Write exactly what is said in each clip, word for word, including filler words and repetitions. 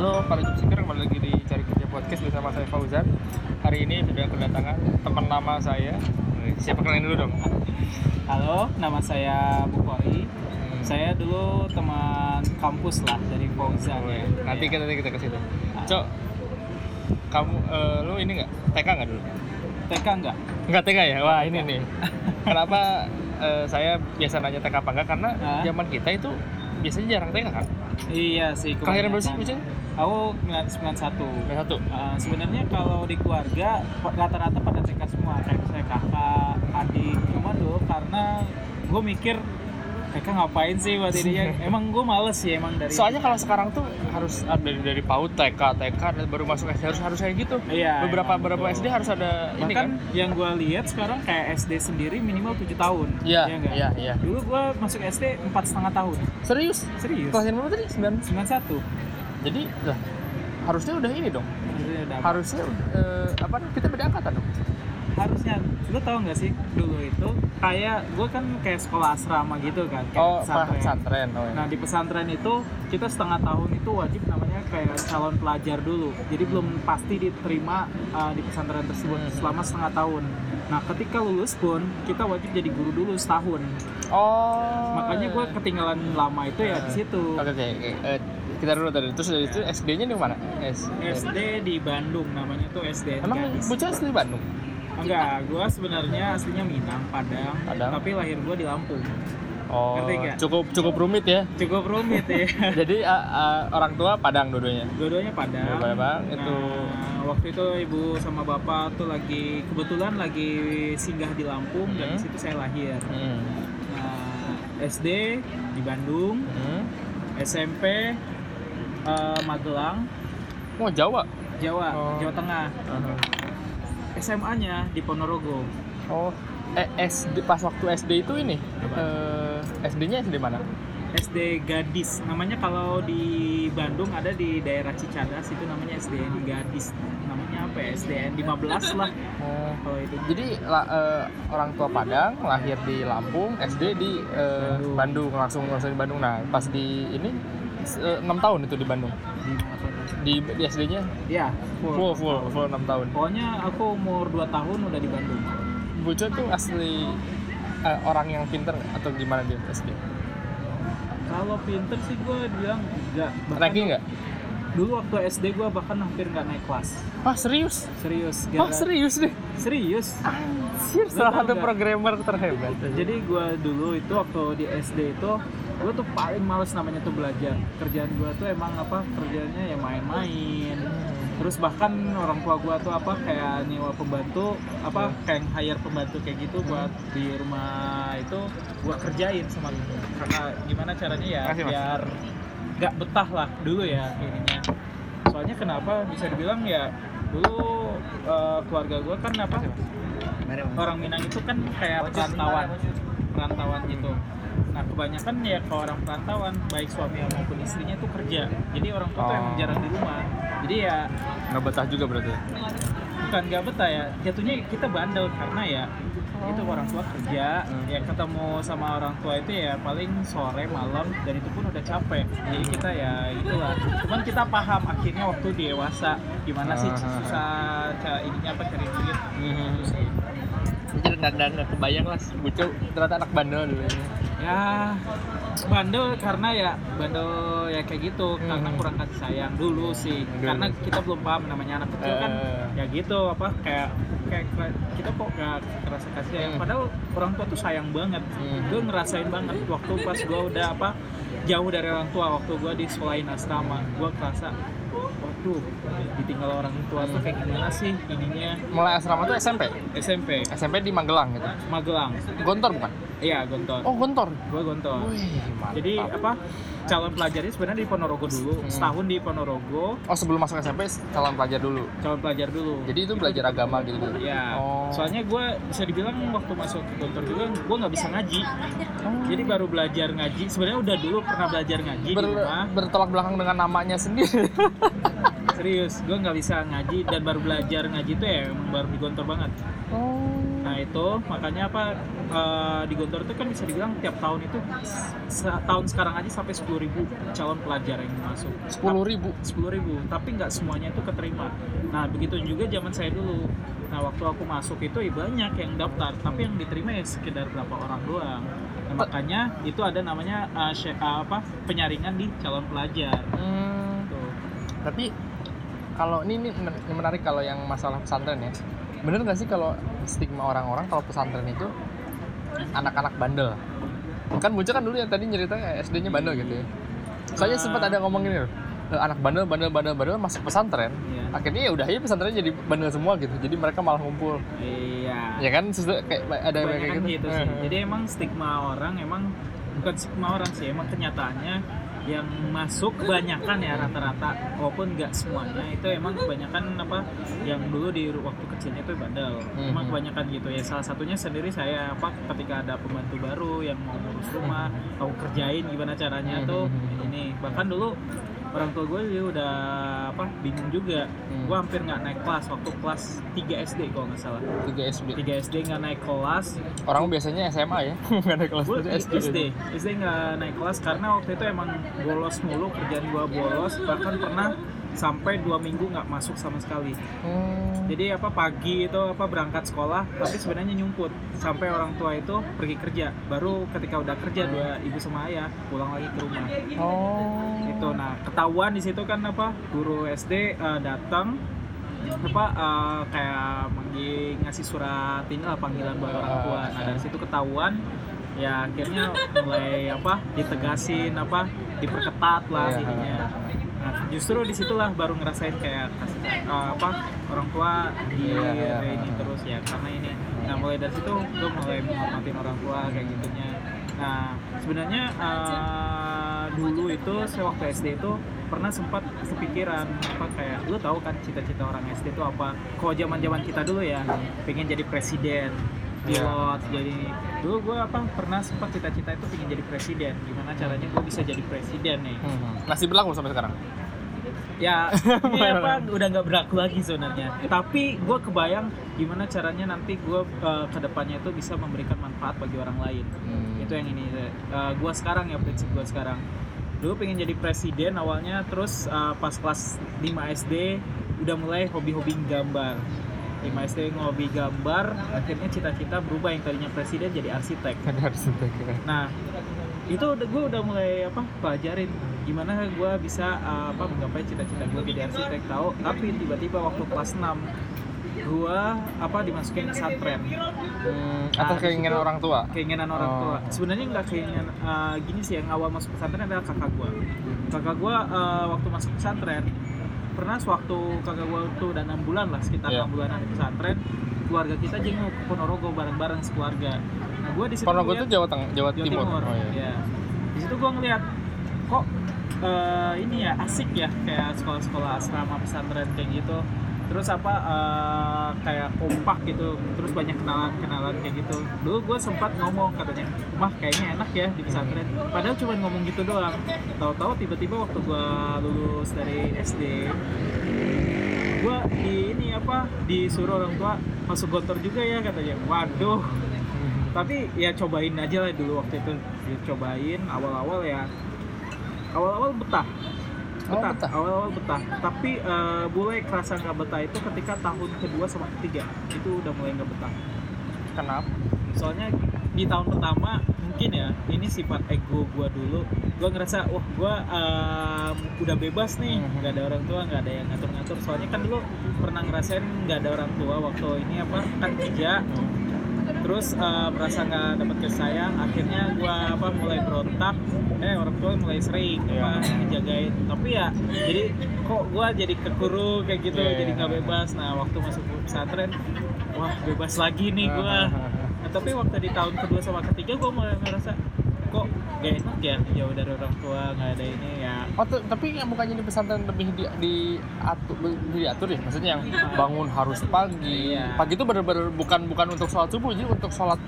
Halo para job seeker, kembali lagi di Cari Kerja Podcast bersama saya Fauzan. Hari ini sudah kedatangan teman lama saya. Siapa, kenalin dulu dong? Halo, nama saya Bukhari. Hmm. Saya dulu teman kampus lah dari Fauzan. Oh, ya. Nanti kita kita ke situ. Cok, kamu uh, lu ini nggak T K nggak dulu? T K nggak? Nggak T K ya? Wah ini nih. Kenapa uh, saya biasa nanya T K apa enggak? Karena Hah? zaman kita itu biasanya jarang T K kan? Iya sih. Kelahiran berapa sih Bucin? Aku sembilan puluh satu. sembilan puluh satu. Uh, sebenarnya kalau di keluarga rata-rata pada T K semua, kayak saya kakak, adik. Cuma dulu karena gue mikir T K ngapain sih buat dirinya? Emang gue males sih emang dari. Soalnya kalau sekarang tuh harus ada dari dari PAUD, T K, T K dan baru masuk S D harus harus kayak gitu. Iya. Beberapa betul. beberapa S D harus ada ini Bahkan kan. yang gue lihat sekarang kayak S D sendiri minimal tujuh tahun. Iya, nggak? iya, iya. Dulu gue masuk S D empat setengah tahun. Serius? Serius? Kelahiran berapa tadi? sembilan sembilan puluh satu. Jadi lah harusnya udah ini dong. Harusnya udah apa? Harusnya uh, apa kita beda angkatan dong. Harusnya, lu tau nggak sih dulu itu kayak gue kan kayak sekolah asrama gitu kan, kayak Oh, pesantren. pesantren. Oh, iya. Nah di pesantren itu kita setengah tahun itu wajib namanya kayak calon pelajar dulu, jadi belum pasti diterima uh, di pesantren tersebut Hmm. selama setengah tahun. Nah ketika lulus pun kita wajib jadi guru dulu setahun. Oh. Makanya gue ketinggalan lama itu ya di situ. Oke oke. Eh, kita dulu tadi. Terus dari itu S D-nya di mana? S. S D di Bandung, namanya tuh S D Emang Gadis. bocah asli Bandung? Enggak, gue sebenarnya aslinya Minang, Padang, Padang. tapi lahir gue di Lampung. Oh. Ngerti nggak? Cukup cukup rumit ya. Cukup rumit ya. Jadi uh, uh, orang tua Padang dua-duanya. Dua-duanya Padang. Padang Nah, itu waktu itu ibu sama bapak tuh lagi kebetulan lagi singgah di Lampung dan Hmm. di situ saya lahir. Hmm. Nah, S D di Bandung, Hmm. S M P uh, Magelang, Oh, Jawa. Jawa, Oh. Jawa Tengah. Uh-huh. S M A-nya di Ponorogo. Oh, eh, S D pas waktu S D itu ini eh, S D-nya S D mana? S D Gadis. Namanya kalau di Bandung ada di daerah Cicadas itu namanya S D N Gadis. Namanya apa ya? S D N lima belas lah Oh. kalau itu. Jadi la, eh, orang tua Padang lahir di Lampung, S D di eh, Bandung. Bandung. langsung langsung di Bandung. Nah, pas di ini eh, enam tahun itu di Bandung. Di apa? Di, di S D-nya Iya, full full full enam tahun. Pokoknya aku umur dua tahun udah di Bandung. Buco tuh asli eh, orang yang pinter atau gimana dia S D? Kalau pinter sih gue bilang enggak. Ranking nggak? Dulu waktu S D gue bahkan hampir nggak naik kelas. Wah, serius? Serius. Wah, gara- serius deh. Serius. Anjir, Lu salah tau satu nggak? programmer terhebat. Jadi gue dulu itu waktu di S D itu gue tuh paling males namanya tuh belajar. Kerjaan gue tuh emang apa kerjanya ya main-main. Terus bahkan orang tua gue tuh apa kayak nyewa pembantu apa kayak hire pembantu kayak gitu buat di rumah itu gue kerjain sama karena gimana caranya ya Makasih, Mas. biar nggak betah lah dulu ya ininya. Soalnya kenapa bisa dibilang ya dulu eh, keluarga gue kan apa orang Minang itu kan kayak perantauan perantauan gitu. Nah kebanyakan ya kalau orang perantauan baik suami maupun istrinya tuh kerja. Jadi orang tua tuh Oh. emang jarang di rumah. Jadi ya Nggak betah juga berarti. bukan nggak betah ya. Jatuhnya kita bandel karena ya itu orang tua kerja. Hmm. Ya ketemu sama orang tua itu ya paling sore malam dan itu pun udah capek. Jadi kita ya itulah. Cuman kita paham akhirnya waktu dewasa gimana sih Ah. susah cara ininya apa cari duit. Gitu sih. Jadi nggak nggak kebayang lah, Buco ternyata anak bandel dulu. Ya bandel karena ya bandel ya kayak gitu Hmm. karena kurang kasih sayang dulu sih Dulu. karena kita belum paham namanya anak kecil kan Eh. ya gitu apa kayak kayak kera- kita kok gak kerasa kasih sayang Hmm. padahal orang tua tuh sayang banget. Hmm. Gue ngerasain banget waktu pas gue udah apa jauh dari orang tua waktu gue di sekolahin asrama gue kerasa waduh ditinggal orang tua tuh kayak gimana sih ininya. Mulai asrama tuh S M P. S M P S M P di Magelang gitu. Magelang. Gontor bukan? Iya Gontor. Oh, Gontor. Gue Gontor. Wih, mantap. Jadi apa calon pelajarnya sebenarnya di Ponorogo dulu, Hmm. setahun di Ponorogo, Oh, sebelum masuk S M P calon pelajar dulu. calon pelajar dulu. Jadi itu belajar agama gitu. Ya, Oh. soalnya gue bisa dibilang waktu masuk ke Gontor juga gue nggak bisa ngaji. Oh. Jadi baru belajar ngaji. Sebenarnya udah dulu pernah belajar ngaji Ber- di rumah. bertolak belakang dengan namanya sendiri. Serius, gue nggak bisa ngaji dan baru belajar ngaji itu ya emang baru di Gontor banget. Oh. Nah itu makanya apa uh, di Gontor itu kan bisa dibilang tiap tahun itu se- tahun sekarang aja sampai sepuluh ribu calon pelajar yang masuk. sepuluh ribu sepuluh ribu, tapi nggak semuanya itu keterima. Nah begitu juga zaman saya dulu. Nah waktu aku masuk itu ya banyak yang daftar, tapi yang diterima ya sekedar berapa orang doang. Nah, makanya itu ada namanya uh, sy- uh, apa penyaringan di calon pelajar. hmm. Tuh. Tapi kalau ini, ini ini menarik kalau yang masalah pesantren ya. Bener nggak sih kalau stigma orang-orang kalau pesantren itu anak-anak bandel? Kan muncul kan dulu yang tadi cerita S D-nya bandel gitu ya. Soalnya Uh, sempat ada ngomong gini loh, anak bandel, bandel, bandel, bandel masuk pesantren. Iya. Akhirnya ya udah aja pesantrennya jadi bandel semua gitu. Jadi mereka malah ngumpul. Iya. Ya kan sesuai kayak ada kayak Kebanyakan gitu. gitu sih. Jadi emang stigma orang emang bukan stigma orang sih, emang kenyataannya yang masuk kebanyakan ya rata-rata walaupun nggak semuanya itu emang kebanyakan apa yang dulu di waktu kecilnya itu bandel. Emang kebanyakan gitu ya. Salah satunya sendiri saya apa ketika ada pembantu baru yang mau ngurus rumah, mau kerjain gimana caranya tuh ini. Bahkan dulu orang tua gue juga udah apa bingung juga. Hmm. Gue hampir nggak naik kelas waktu kelas tiga S D kalau nggak salah. tiga S D. tiga S D nggak naik kelas. Orang biasanya S M A ya, nggak ada kelas Gue S D. S D, S D nggak naik kelas karena waktu itu emang bolos mulu, kerjaan gue bolos, bahkan pernah sampai dua minggu nggak masuk sama sekali. Hmm. Jadi apa pagi itu apa berangkat sekolah, tapi sebenarnya nyumput sampai orang tua itu pergi kerja. Baru ketika udah kerja dua ibu sama ayah pulang lagi ke rumah. Oh. Itu nah ketahuan di situ kan apa guru S D uh, datang apa uh, kayak manggil ngasih surat ini lah panggilan buat orang tua. Nah dari situ ketahuan ya akhirnya mulai apa ditegasin apa diperketat lah Iya. ininya. Nah justru disitulah baru ngerasain kayak uh, apa orang tua di Iya. ini terus ya karena ini. Nah mulai dari situ gue mulai menghormatin orang tua kayak gitunya. Nah sebenarnya uh, dulu itu saya waktu S D itu pernah sempat kepikiran apa kayak lu tahu kan cita-cita orang S D itu apa? Kalau zaman-zaman kita dulu ya pengen jadi presiden, pilot, jadi dulu gue apa pernah sempat cita-cita itu pengen jadi presiden. Gimana caranya gue bisa jadi presiden nih? Hmm. Masih berlaku sampai sekarang? Ya ini apa udah nggak berlaku lagi sebenarnya. Tapi gue kebayang gimana caranya nanti gue uh, kedepannya itu bisa memberikan manfaat bagi orang lain. Hmm. Itu yang ini. Uh, gue sekarang ya prinsip gue sekarang. Dulu pengen jadi presiden awalnya, terus uh, pas kelas lima S D udah mulai hobi-hobi gambar. lima S D ngobi gambar, akhirnya cita-cita berubah yang tadinya presiden jadi arsitek. arsitek. Nah itu udah gue udah mulai apa pelajarin gimana gue bisa uh, apa menggapai cita-cita gue jadi arsitek tahu. Tapi tiba-tiba waktu kelas enam gue apa dimasukin pesantren. Hmm, atas Nah, keinginan disitu orang tua. Keinginan orang Oh. tua. Sebenarnya nggak keinginan uh, gini sih, yang awal masuk pesantren adalah kakak gue. Kakak gue uh, waktu masuk pesantren pernah sewaktu kakak gue tuh udah enam bulan lah sekitar Yeah. enam bulanan di pesantren, keluarga kita jenguk ke Ponorogo bareng-bareng sekeluarga. Nah gue di situ Ponorogo itu ngeliat- Jawa Tengah, Jawa, Jawa Timur. Timur. Oh, iya. Ya. Di situ gue ngeliat kok uh, ini ya asik ya kayak sekolah-sekolah asrama pesantren kayak gitu. Terus apa uh, kayak kompak gitu. Terus banyak kenalan-kenalan kayak gitu. Dulu gue sempat ngomong katanya, "Mah, kayaknya enak ya di pesantren." Padahal cuma ngomong gitu doang. Tahu-tahu tiba-tiba waktu gue lulus dari S D, gue di ini apa disuruh orang tua masuk Gontor juga ya katanya. Waduh. Tapi ya cobain aja lah dulu waktu itu, cobain awal-awal ya awal-awal betah Oh, betah, betah. awal-awal betah tapi uh, mulai kerasa nggak betah itu ketika tahun kedua sama ketiga itu udah mulai nggak betah. Kenapa? Soalnya di tahun pertama mungkin ya ini sifat ego gua dulu, gua ngerasa wah gua um, udah bebas nih, Mhm. nggak ada orang tua, nggak ada yang ngatur-ngatur. Soalnya kan dulu pernah ngerasain nggak ada orang tua waktu ini apa kan kerja, terus uh, merasa nggak dapat kasih sayang. Akhirnya gua apa mulai berontak, eh orang tua mulai sering apa ngejagain. Tapi ya jadi kok gua jadi kekuru kayak gitu, Yeah. jadi nggak bebas. Nah waktu masuk pesantren wah bebas lagi nih gua. Nah, tapi waktu di tahun kedua sama ketiga gue mulai ngerasa kok gak enak ya jauh dari orang tua, nggak ada ini ya. Oh, t- tapi yang bukannya di pesantren lebih di, di atur, diatur ya? Maksudnya yang bangun harus pagi. Iya. Pagi itu benar-benar bukan bukan untuk sholat subuh, jadi untuk sholat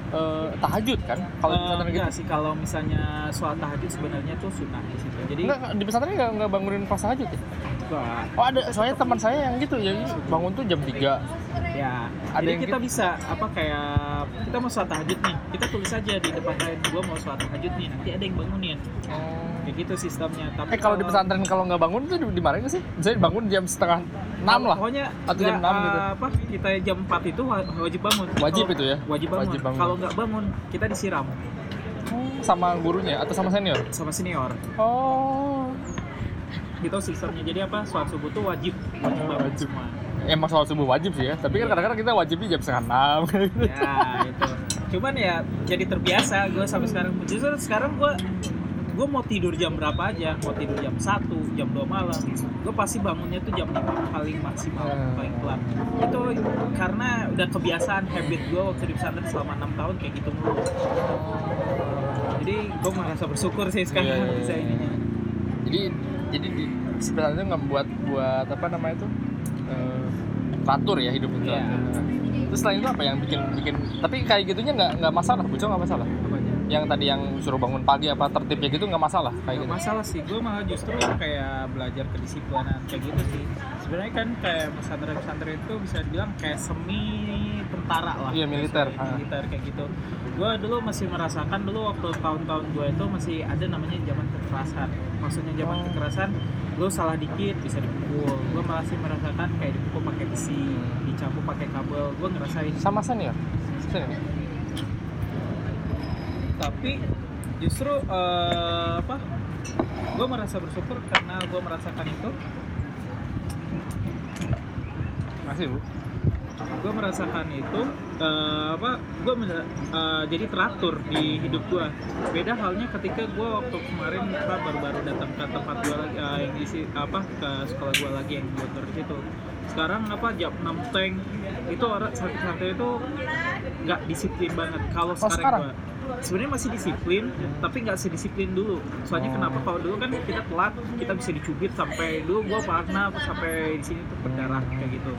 uh, tahajud kan kalau di Uh, pesantren enggak gitu. sih, kalau misalnya sholat tahajud sebenarnya tuh sunnah di situ. Jadi Enggak, di pesantren nggak nggak bangunin pas tahajud ya? enggak. Oh ada, soalnya teman saya yang gitu ya bangun tuh jam tiga. Ya, Ada jadi yang kita gitu? bisa apa kayak kita mau sholat tahajud nih, kita tulis aja di depan kain gua mau sholat tahajud nih, nanti ada yang bangunin. Kayak gitu sistemnya. Tapi Eh kalau di pesantren kalau nggak bangun tuh di mana sih? Misalnya bangun jam setengah enam lah. Pokoknya Atau jam nggak, enam gitu. apa kita jam empat itu wa- wajib bangun. Wajib Kalau- itu ya? Wajib bangun. Wajib bangun. Kalau nggak bangun, kita disiram Sama gurunya atau sama senior? sama senior. Oh. Gitu sistemnya. Jadi apa? Sholat subuh tuh wajib, wajib bangun Wajib. semua. Emang sholat subuh wajib sih ya, tapi kan kadang-kadang kita wajibnya jam setengah enam. Ya itu. Cuman ya jadi terbiasa gue sampai sekarang. Justru sekarang gue gue mau tidur jam berapa aja, mau tidur jam satu, jam dua malam, gue pasti bangunnya tuh jam lima paling maksimal, Hmm. paling pelan. Itu karena udah kebiasaan habit gue waktu di pesantren selama enam tahun kayak gitu mulu. Jadi gue merasa bersyukur sih sekarang Iya, iya, bisa iya. ininya. jadi jadi di sebenarnya nggak buat buat apa namanya itu eh, teratur ya hidup itu. Iya. Terus selain itu apa yang bikin bikin tapi kayak gitunya nggak nggak masalah, Buco nggak masalah. Apa aja? Yang tadi yang suruh bangun pagi apa tertibnya gitu nggak masalah kayak Gak gitu. masalah sih, gue malah justru kayak belajar kedisiplinan kayak gitu sih. Sebenarnya kan kayak pesantren-pesantren itu bisa dibilang kayak semi tentara lah. Iya, militer. Semi militer kayak gitu. Gue dulu masih merasakan dulu waktu tahun-tahun gue itu masih ada namanya zaman kekerasan. Maksudnya zaman Oh. kekerasan, lo salah dikit bisa dipukul. Gue masih merasakan kayak dipukul pakai besi, dicambuk pakai kabel. Gue ngerasain. Sama senior. Senior. Tapi justru eh, apa gue merasa bersyukur karena gue merasakan itu. Masih Bu. Gue merasakan itu eh, apa gue jadi teratur di hidup gue. Beda halnya ketika gue waktu kemarin apa, baru-baru datang ke tempat gue lagi eh, yang isi apa ke sekolah gue lagi yang di Bogor itu. Sekarang apa jam enam tank itu orang santai-santai itu nggak disiplin banget. Kalau Oh, sekarang, sekarang? gue sebenarnya masih disiplin, tapi nggak sedisiplin dulu. Soalnya Oh. kenapa? Kalau dulu kan kita telat, kita bisa dicubit sampai dulu gue pernah sampai di sini tuh berdarah kayak gitu.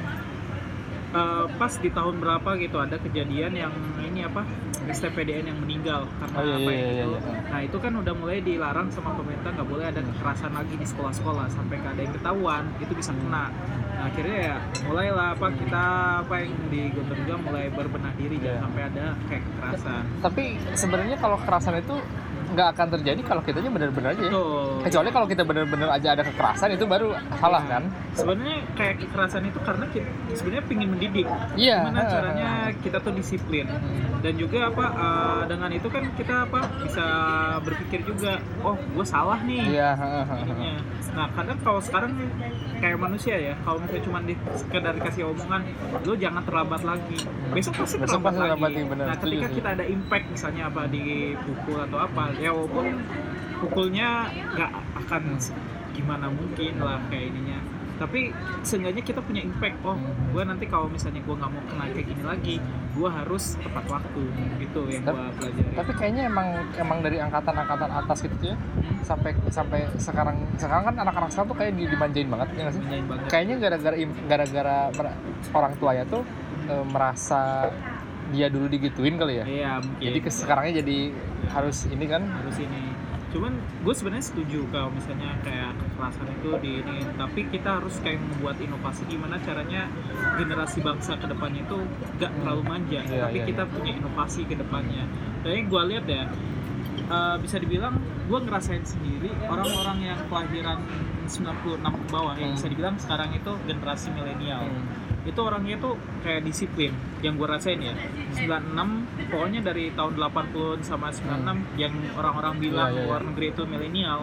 Eh, pas di tahun berapa gitu ada kejadian yang ini apa S T P D N yang meninggal karena Oh, iya, apa iya, ya iya, gitu. iya. Nah itu kan udah mulai dilarang sama pemerintah, nggak boleh ada kekerasan lagi di sekolah-sekolah sampai ada yang ketahuan itu bisa kena. Nah, akhirnya ya mulailah apa kita apa yang di Gontor juga mulai berbenah diri Iya. jangan sampai ada kayak kekerasan. Tapi sebenarnya kalau kekerasan itu nggak akan terjadi kalau kitanya benar-benar aja ya. Betul. Kecuali kalau kita benar-benar aja ada kekerasan itu baru salah Ya. kan? Sebenarnya kayak kekerasan itu karena kita sebenarnya pingin mendidik. Iya. Gimana caranya kita tuh disiplin. Dan juga apa eh, dengan itu kan kita apa bisa berpikir juga, oh gue salah nih. Iya. Ininya. Nah kadang kalau sekarang kayak manusia ya, kalau misalnya cuma di sekedar dikasih omongan, lo jangan terlambat lagi. Besok pasti Besok terlambat pasti terlambat, lagi. iya, benar. Nah Setuju ketika sih. kita ada impact misalnya apa dipukul atau apa, ya walaupun pukulnya nggak akan se- gimana mungkin lah kayak ininya. Tapi seenggaknya kita punya impact. Oh, Hmm. gue nanti kalau misalnya gue nggak mau kena kayak gini lagi, gue harus tepat waktu. Gitu yang gue Tapi- pelajari. Tapi kayaknya emang emang dari angkatan-angkatan atas gitu ya sampai sampai sekarang sekarang kan anak-anak sekarang tuh kayak di- dimanjain banget ya nggak sih? Menyain banget. Kayaknya gara-gara im- gara-gara mer- orang tuanya tuh eh, merasa dia dulu digituin kali ya. Iya mungkin. Jadi ke sekarangnya jadi harus ini kan. Harus ini. Cuman gue sebenarnya setuju kalau misalnya kayak kekerasan itu di ini, tapi kita harus kayak membuat inovasi gimana caranya generasi bangsa ke depannya itu gak terlalu manja, Iya, tapi iya, kita iya. punya inovasi ke depannya. Dan gue lihat ya, eh, bisa dibilang gue ngerasain sendiri orang-orang yang kelahiran sembilan puluh enam ke bawah yang Hmm. bisa dibilang sekarang itu generasi milenial. Hmm. Itu orangnya tuh kayak disiplin yang gue rasain ya sembilan puluh enam pokoknya dari tahun delapan puluh sama sembilan puluh enam yang orang-orang bilang Iya, iya, iya. luar negeri itu milenial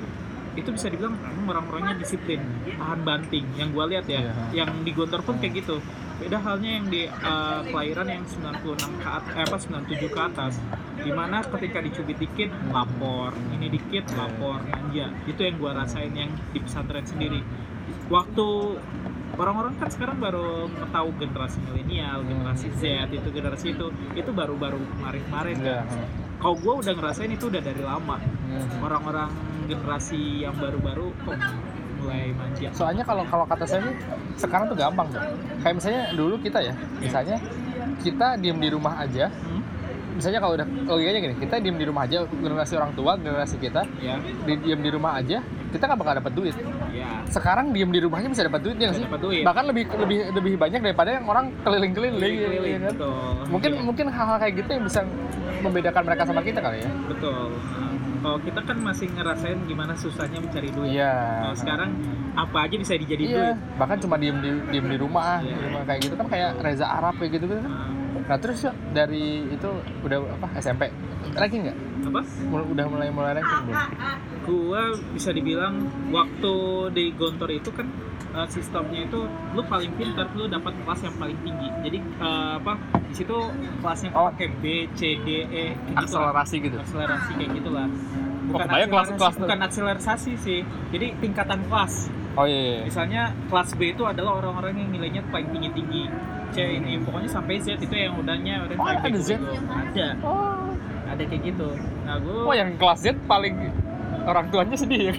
itu bisa dibilang emang orang-orangnya disiplin tahan banting yang gue lihat ya Iya. yang di Gontor pun kayak gitu. Beda halnya yang di uh, kelahiran yang sembilan puluh enam ke atas, eh, apa sembilan puluh tujuh ke atas dimana ketika dicubit dikit lapor ini dikit lapor manja. Itu yang gue rasain yang di pesantren sendiri waktu orang-orang kan sekarang baru tahu generasi milenial, generasi Z itu generasi itu itu baru-baru kemarin-kemarin Iya. kan. Kalau gue udah ngerasain itu udah dari lama. Hmm. Orang-orang generasi yang baru-baru kok mulai manja. Soalnya kalau kalau kata saya sih sekarang tuh gampang tuh. Kayak misalnya dulu kita ya, misalnya kita diem di rumah aja, Hmm? misalnya kalau udah logikanya gini, kita diem di rumah aja, generasi orang tua, generasi kita, Ya. di, diem di rumah aja, kita nggak bakal dapat duit. Ya. Sekarang diem di rumahnya bisa dapat duit ya nggak Bisa sih? dapat duit. Bahkan lebih lebih lebih banyak daripada yang orang keliling-keliling. Keliling, ya kan? betul. Mungkin Iya. mungkin hal-hal kayak gitu yang bisa membedakan mereka sama kita kali ya. Betul. Nah, kalau kita kan masih ngerasain gimana susahnya mencari duit. Iya. Nah, sekarang apa aja bisa dijadiin Iya. duit. Bahkan cuma diem di diem di rumah, Iya. di rumah kayak gitu kan kayak Reza Arab kayak gitu kan. Nah, Nah terus ya, dari itu udah apa S M P ranking nggak? apa? Mul- Udah mulai mulai ranking belum? Gua bisa dibilang waktu di Gontor itu kan uh, sistemnya itu lu paling pintar lu dapat kelas yang paling tinggi. Jadi uh, apa di situ kelasnya Oh. pakai B, C, D, E, kayak gitu lah. Akselerasi gitu. Akselerasi kayak gitulah. Bukan kebayang kelas- akselerasi, kelas- bukan akselerasi sih. Jadi tingkatan kelas. Oh iya. iya. Misalnya kelas B itu adalah orang-orang yang nilainya paling tinggi-tinggi. C ini pokoknya sampai Z itu yang udahnya udah Oh, kayak ada gitu. Z? Ada. Oh. Ada kayak gitu. Nah, gue Oh yang kelas Z paling orang tuanya sedih ya.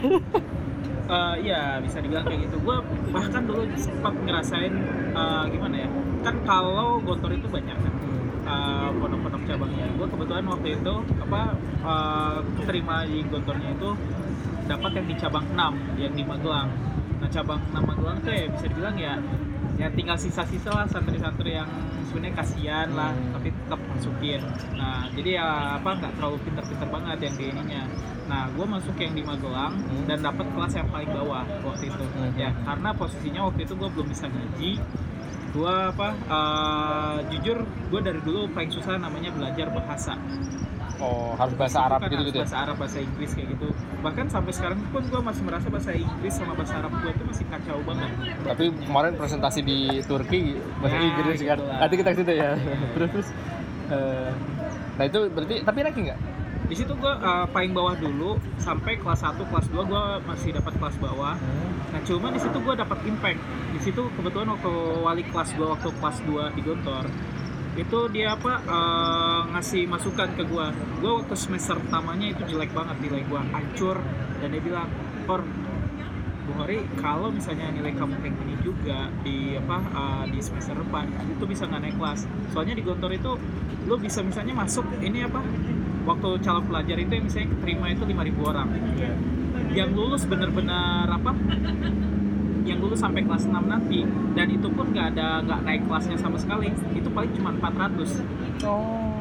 Uh, iya bisa dibilang kayak gitu. Gue bahkan dulu sempat ngerasain uh, gimana ya? Kan kalau Gontor itu banyak kan uh, pondok-pondok cabangnya. Gue kebetulan waktu itu apa uh, keterima di Gontornya itu dapat yang di cabang enam yang di Magelang. Nah cabang enam Magelang tuh ya bisa dibilang ya ya tinggal sisa-sisa lah santri-santri yang sebenarnya kasihan lah Hmm. tapi tetap masukin. Nah jadi ya apa nggak terlalu pinter-pinter banget yang di ininya. Nah, gue masuk yang di Magelang Hmm. dan dapat kelas yang paling bawah waktu itu. Hmm. Ya, karena posisinya waktu itu gue belum bisa ngaji. Gue apa? uh, jujur, gue dari dulu paling susah namanya belajar bahasa. Oh harus bahasa Arab Itu kan gitu harus gitu ya. bahasa Arab, bahasa Inggris kayak gitu. Bahkan sampai sekarang pun gue masih merasa bahasa Inggris sama bahasa Arab gue itu masih kacau banget. Tapi kemarin presentasi di Turki bahasa Nah, Inggris kan. gitulah. Nanti kita ke situ ya. terus terus. eh, nah itu berarti tapi ranking nggak? Di situ gue uh, paling bawah dulu sampai kelas satu, kelas dua gue masih dapat kelas bawah. Nah cuma di situ gue dapat impact. Di situ kebetulan waktu wali kelas gue waktu kelas dua di Gontor itu dia apa uh, ngasih masukan ke gue. Gue waktu semester pertamanya itu jelek banget nilai gue, hancur. Dan dia bilang, Kor, Bu Hori, kalau misalnya nilai kamu kayak gini juga di apa uh, di semester depan itu bisa nggak naik kelas. Soalnya di Gontor itu lo bisa misalnya masuk ini apa waktu calon pelajar itu yang misalnya keterima itu lima ribu orang. Yang lulus bener-bener apa? Yang lulus sampai kelas enam nanti dan itu pun nggak ada nggak naik kelasnya sama sekali. Itu paling cuma empat ratus. Oh.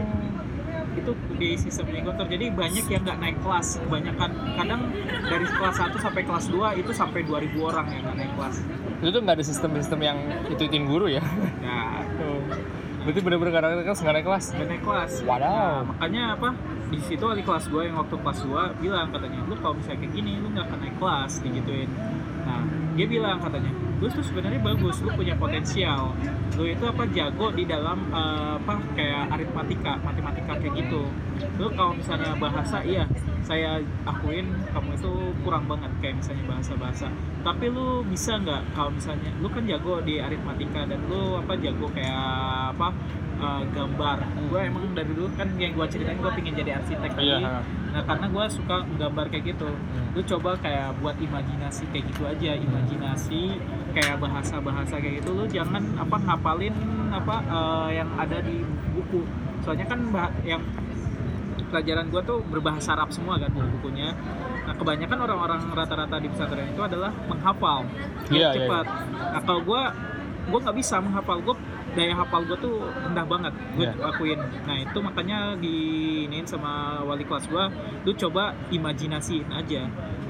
Itu di sistemnya Gontor. Jadi banyak yang nggak naik kelas. Kebanyakan kadang dari kelas satu sampai kelas dua itu sampai dua ribu orang yang nggak naik kelas. Itu tuh nggak ada sistem-sistem yang itu-ituin guru ya? Nah, Berarti bener-bener nggak naik kelas, nggak naik kelas? nggak naik kelas. Wadaw. Nah, makanya apa? Di situ wali kelas gue yang waktu kelas dua bilang katanya, lu kalau misalnya kayak gini lu nggak akan naik kelas, digituin. Nah, dia bilang katanya, lu tuh sebenarnya bagus, lu punya potensial. Lu itu apa jago di dalam uh, apa kayak aritmatika, matematika kayak gitu. Lu kalau misalnya bahasa, iya, saya akuin kamu itu kurang banget kayak misalnya bahasa-bahasa. Tapi lu bisa nggak kalau misalnya lu kan jago di aritmatika dan lu apa jago kayak apa uh, gambar. Gue emang dari dulu kan yang gue ceritain gue pengen jadi arsitek tadi. Iya. Nah karena gue suka gambar kayak gitu. Lu coba kayak buat imajinasi kayak gitu aja, imajinasi kayak bahasa-bahasa kayak gitu. Lu jangan apa ngapalin apa uh, yang ada di buku. Soalnya kan bah- yang pelajaran gue tuh berbahasa Arab semua kan buku-bukunya. Nah kebanyakan orang-orang rata-rata di pesantren itu adalah menghafal Iya, iya, cepat. Nah kalau gue gue nggak bisa menghafal, gue daya hafal gue tuh rendah banget, gue Iya. akuin. Nah itu makanya diinin sama wali kelas gue, lu coba imajinasiin aja,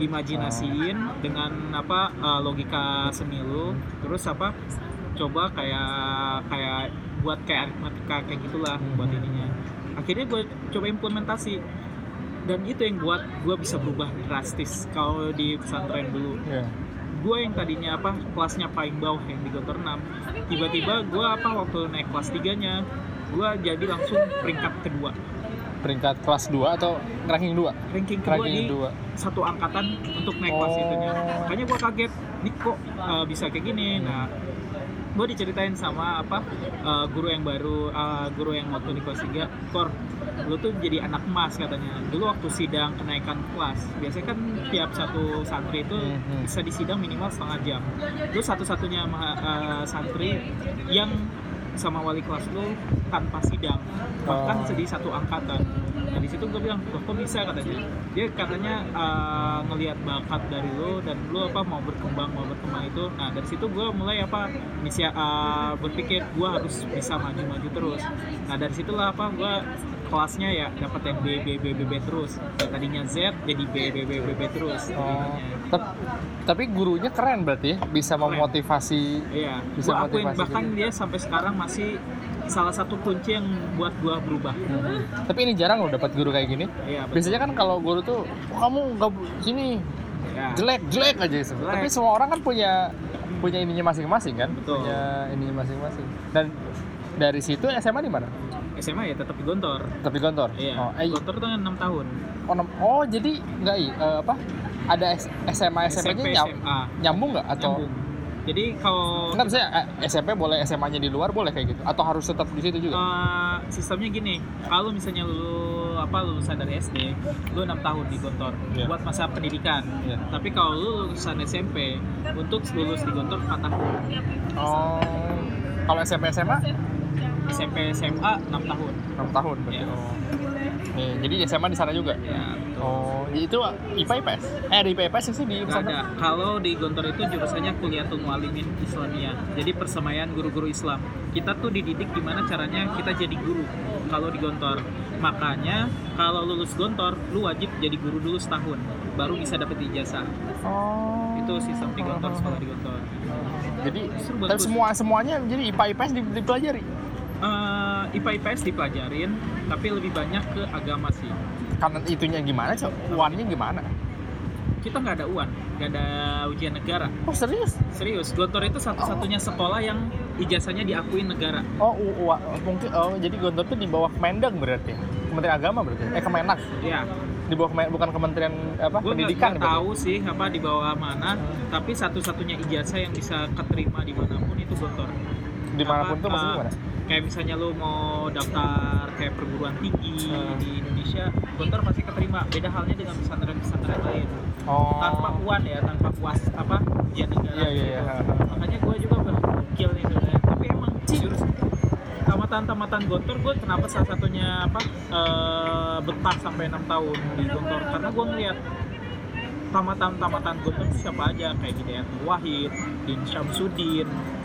imajinasiin dengan apa uh, logika seni lu, terus apa coba kayak kayak buat kayak aritmatika kayak gitulah buat ininya. Akhirnya gue coba implementasi dan itu yang buat gue bisa berubah drastis kalau di pesantren dulu. Iya. Gue yang tadinya apa kelasnya paling bawah yang di Gontor enam, tiba-tiba gue apa waktu naik kelas tiganya gue jadi langsung peringkat kedua, Peringkat kelas dua atau ranking dua? ranking kedua Ranking di dua. satu angkatan untuk naik kelas Oh. itunya. Makanya gue kaget, nih kok uh, bisa kayak gini. Nah gue diceritain sama apa uh, guru yang baru, uh, guru yang waktu di kelas tiga, Kor, lu tuh jadi anak emas katanya. Dulu waktu sidang kenaikan kelas, biasanya kan tiap satu santri itu Mhm. bisa disidang minimal setengah jam. Lu satu-satunya ma- uh, santri yang sama wali kelas lu tanpa sidang, bahkan Oh. di satu angkatan. Nah di situ gue bilang, loh kok bisa katanya? Dia katanya uh, ngelihat bakat dari lu dan lu apa mau berkembang mau berkembang itu. Nah dari situ gue mulai apa misia, uh, berpikir gue harus bisa maju-maju terus. Nah dari situlah apa gue kelasnya ya dapat yang B B B B B terus. Ya, tadinya Z jadi B B B B B terus. Oh. jadinya. Tep- tapi gurunya keren berarti ya, bisa Keren. memotivasi. Iya, Bisa gua akuin motivasi bahkan juga. dia sampai sekarang masih salah satu kunci yang buat gua berubah. Tapi ini jarang loh dapat guru kayak gini. Iya, betul. Biasanya kan kalau guru tuh, "Oh, kamu nggak bu- sini Ya. jelek jelek aja gitu." Jelek. Tapi semua orang kan punya punya ininya masing-masing kan, Betul. punya ininya masing-masing. Dan dari situ S M A di mana? S M A ya tetap di Gontor. Tapi Gontor. Iya. Oh, eh, Gontor tuh kan enam tahun. oh, nem- oh, jadi nggak i eh, apa? Ada S- SMA S M S M P P-nya nyam- S M A nyambung nggak atau? nyambung. Jadi kalau Enggak, misalnya eh, S M P boleh S M A-nya di luar boleh kayak gitu atau harus tetap di situ juga? uh, sistemnya gini, kalau misalnya lu apa lulusan dari S D, lu enam tahun di Gontor Iya. buat masa pendidikan. Iya. Tapi kalau lu lulusan S M P, untuk lulus di Gontor empat tahun. Oh, kalau S M P S M A S M P S M A enam tahun. enam tahun berarti. Iya. Oh. Nih, jadi S M A di sana juga. Ya, betul. Oh, itu I P A I P S? Eh, di I P A I P S sih di Nggak pesantren. ada. Kalau di Gontor itu jurusannya Kuliatul Muallimin Islamiyah. Jadi persemaian guru-guru Islam. Kita tuh dididik gimana caranya kita jadi guru kalau di Gontor. Makanya kalau lulus Gontor, lu wajib jadi guru dulu setahun, baru bisa dapet ijazah. Oh. Itu sistem di Gontor, sekolah di Gontor. Jadi, Justru tapi bagus. semua semuanya jadi I P A I P S di- dipelajari. Eh, I P A I P S dipelajarin, tapi lebih banyak ke agama sih. Karena itunya gimana, Cok? Uannya gimana? Kita nggak ada U A N, nggak ada ujian negara. Oh, serius? Serius, Gontor itu satu-satunya sekolah yang ijazahnya diakuin negara. Oh, u- u- mungkin oh jadi Gontor itu di bawah Kemendag berarti. Kementerian Agama berarti. Eh, Kemenak. Ya, Di bawah Kemen- bukan Kementerian apa? gue nggak Pendidikan nggak berarti. tahu sih apa di bawah mana, tapi satu-satunya ijazah yang bisa keterima dimanapun itu Gontor. Dimanapun Apa, tuh maksudnya uh, gimana? Kayak misalnya lu mau daftar kayak perguruan tinggi Hmm. di Indonesia, Gontor pasti keterima. Beda halnya dengan pesantren-pesantren lain. Oh. Tanpa U A N ya, tanpa U A S apa ujian negara. Iya, iya, iya. gitu. Makanya gue juga bergokil nih sebenarnya. Tapi emang jurus tamatan-tamatan Gontor gue kenapa salah satunya apa eh, betah sampai enam tahun di Gontor, karena gue ngeliat tamatan-tamatan Gontor itu siapa aja kayak Hidayat Wahid, Din Syamsuddin.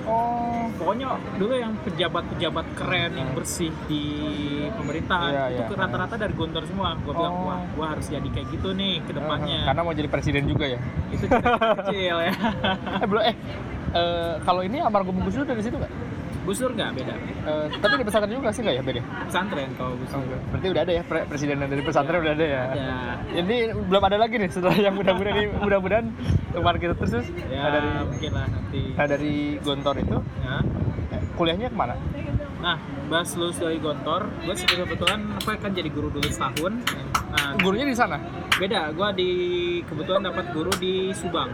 Oh. Pokoknya dulu yang pejabat-pejabat keren yang bersih di pemerintahan Iya, itu iya. rata-rata dari Gontor semua. Gue bilang Oh. wah, gue harus jadi kayak gitu nih ke depannya. Karena mau jadi presiden juga ya. Itu cita-cita kecil ya. Eh, belum eh eh, kalau ini almarhum Gus Dur dari situ nggak? Gus Dur nggak beda. Eh, tapi di pesantren juga sih nggak ya beda? Pesantren kalau Gus Dur. Berarti udah ada ya pre- presiden dari pesantren udah ada ya. Ya, Ini belum ada lagi nih setelah yang mudah-mudahan ini mudah-mudahan kemarin kita terus terus. ya Nah, dari mungkin lah nanti. nah, dari Gontor itu Ya. eh, kuliahnya kemana? Nah, bahas lulus dari Gontor, gue kebetulan apa kan jadi guru dulu setahun. Nah, Gurunya di sana. beda. Gue di kebetulan dapat guru di Subang.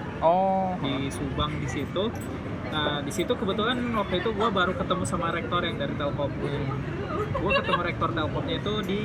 Oh. Di Subang di situ. Nah, di situ kebetulan waktu itu gue baru ketemu sama rektor yang dari Telkom. Gue ketemu rektor Telkomnya itu di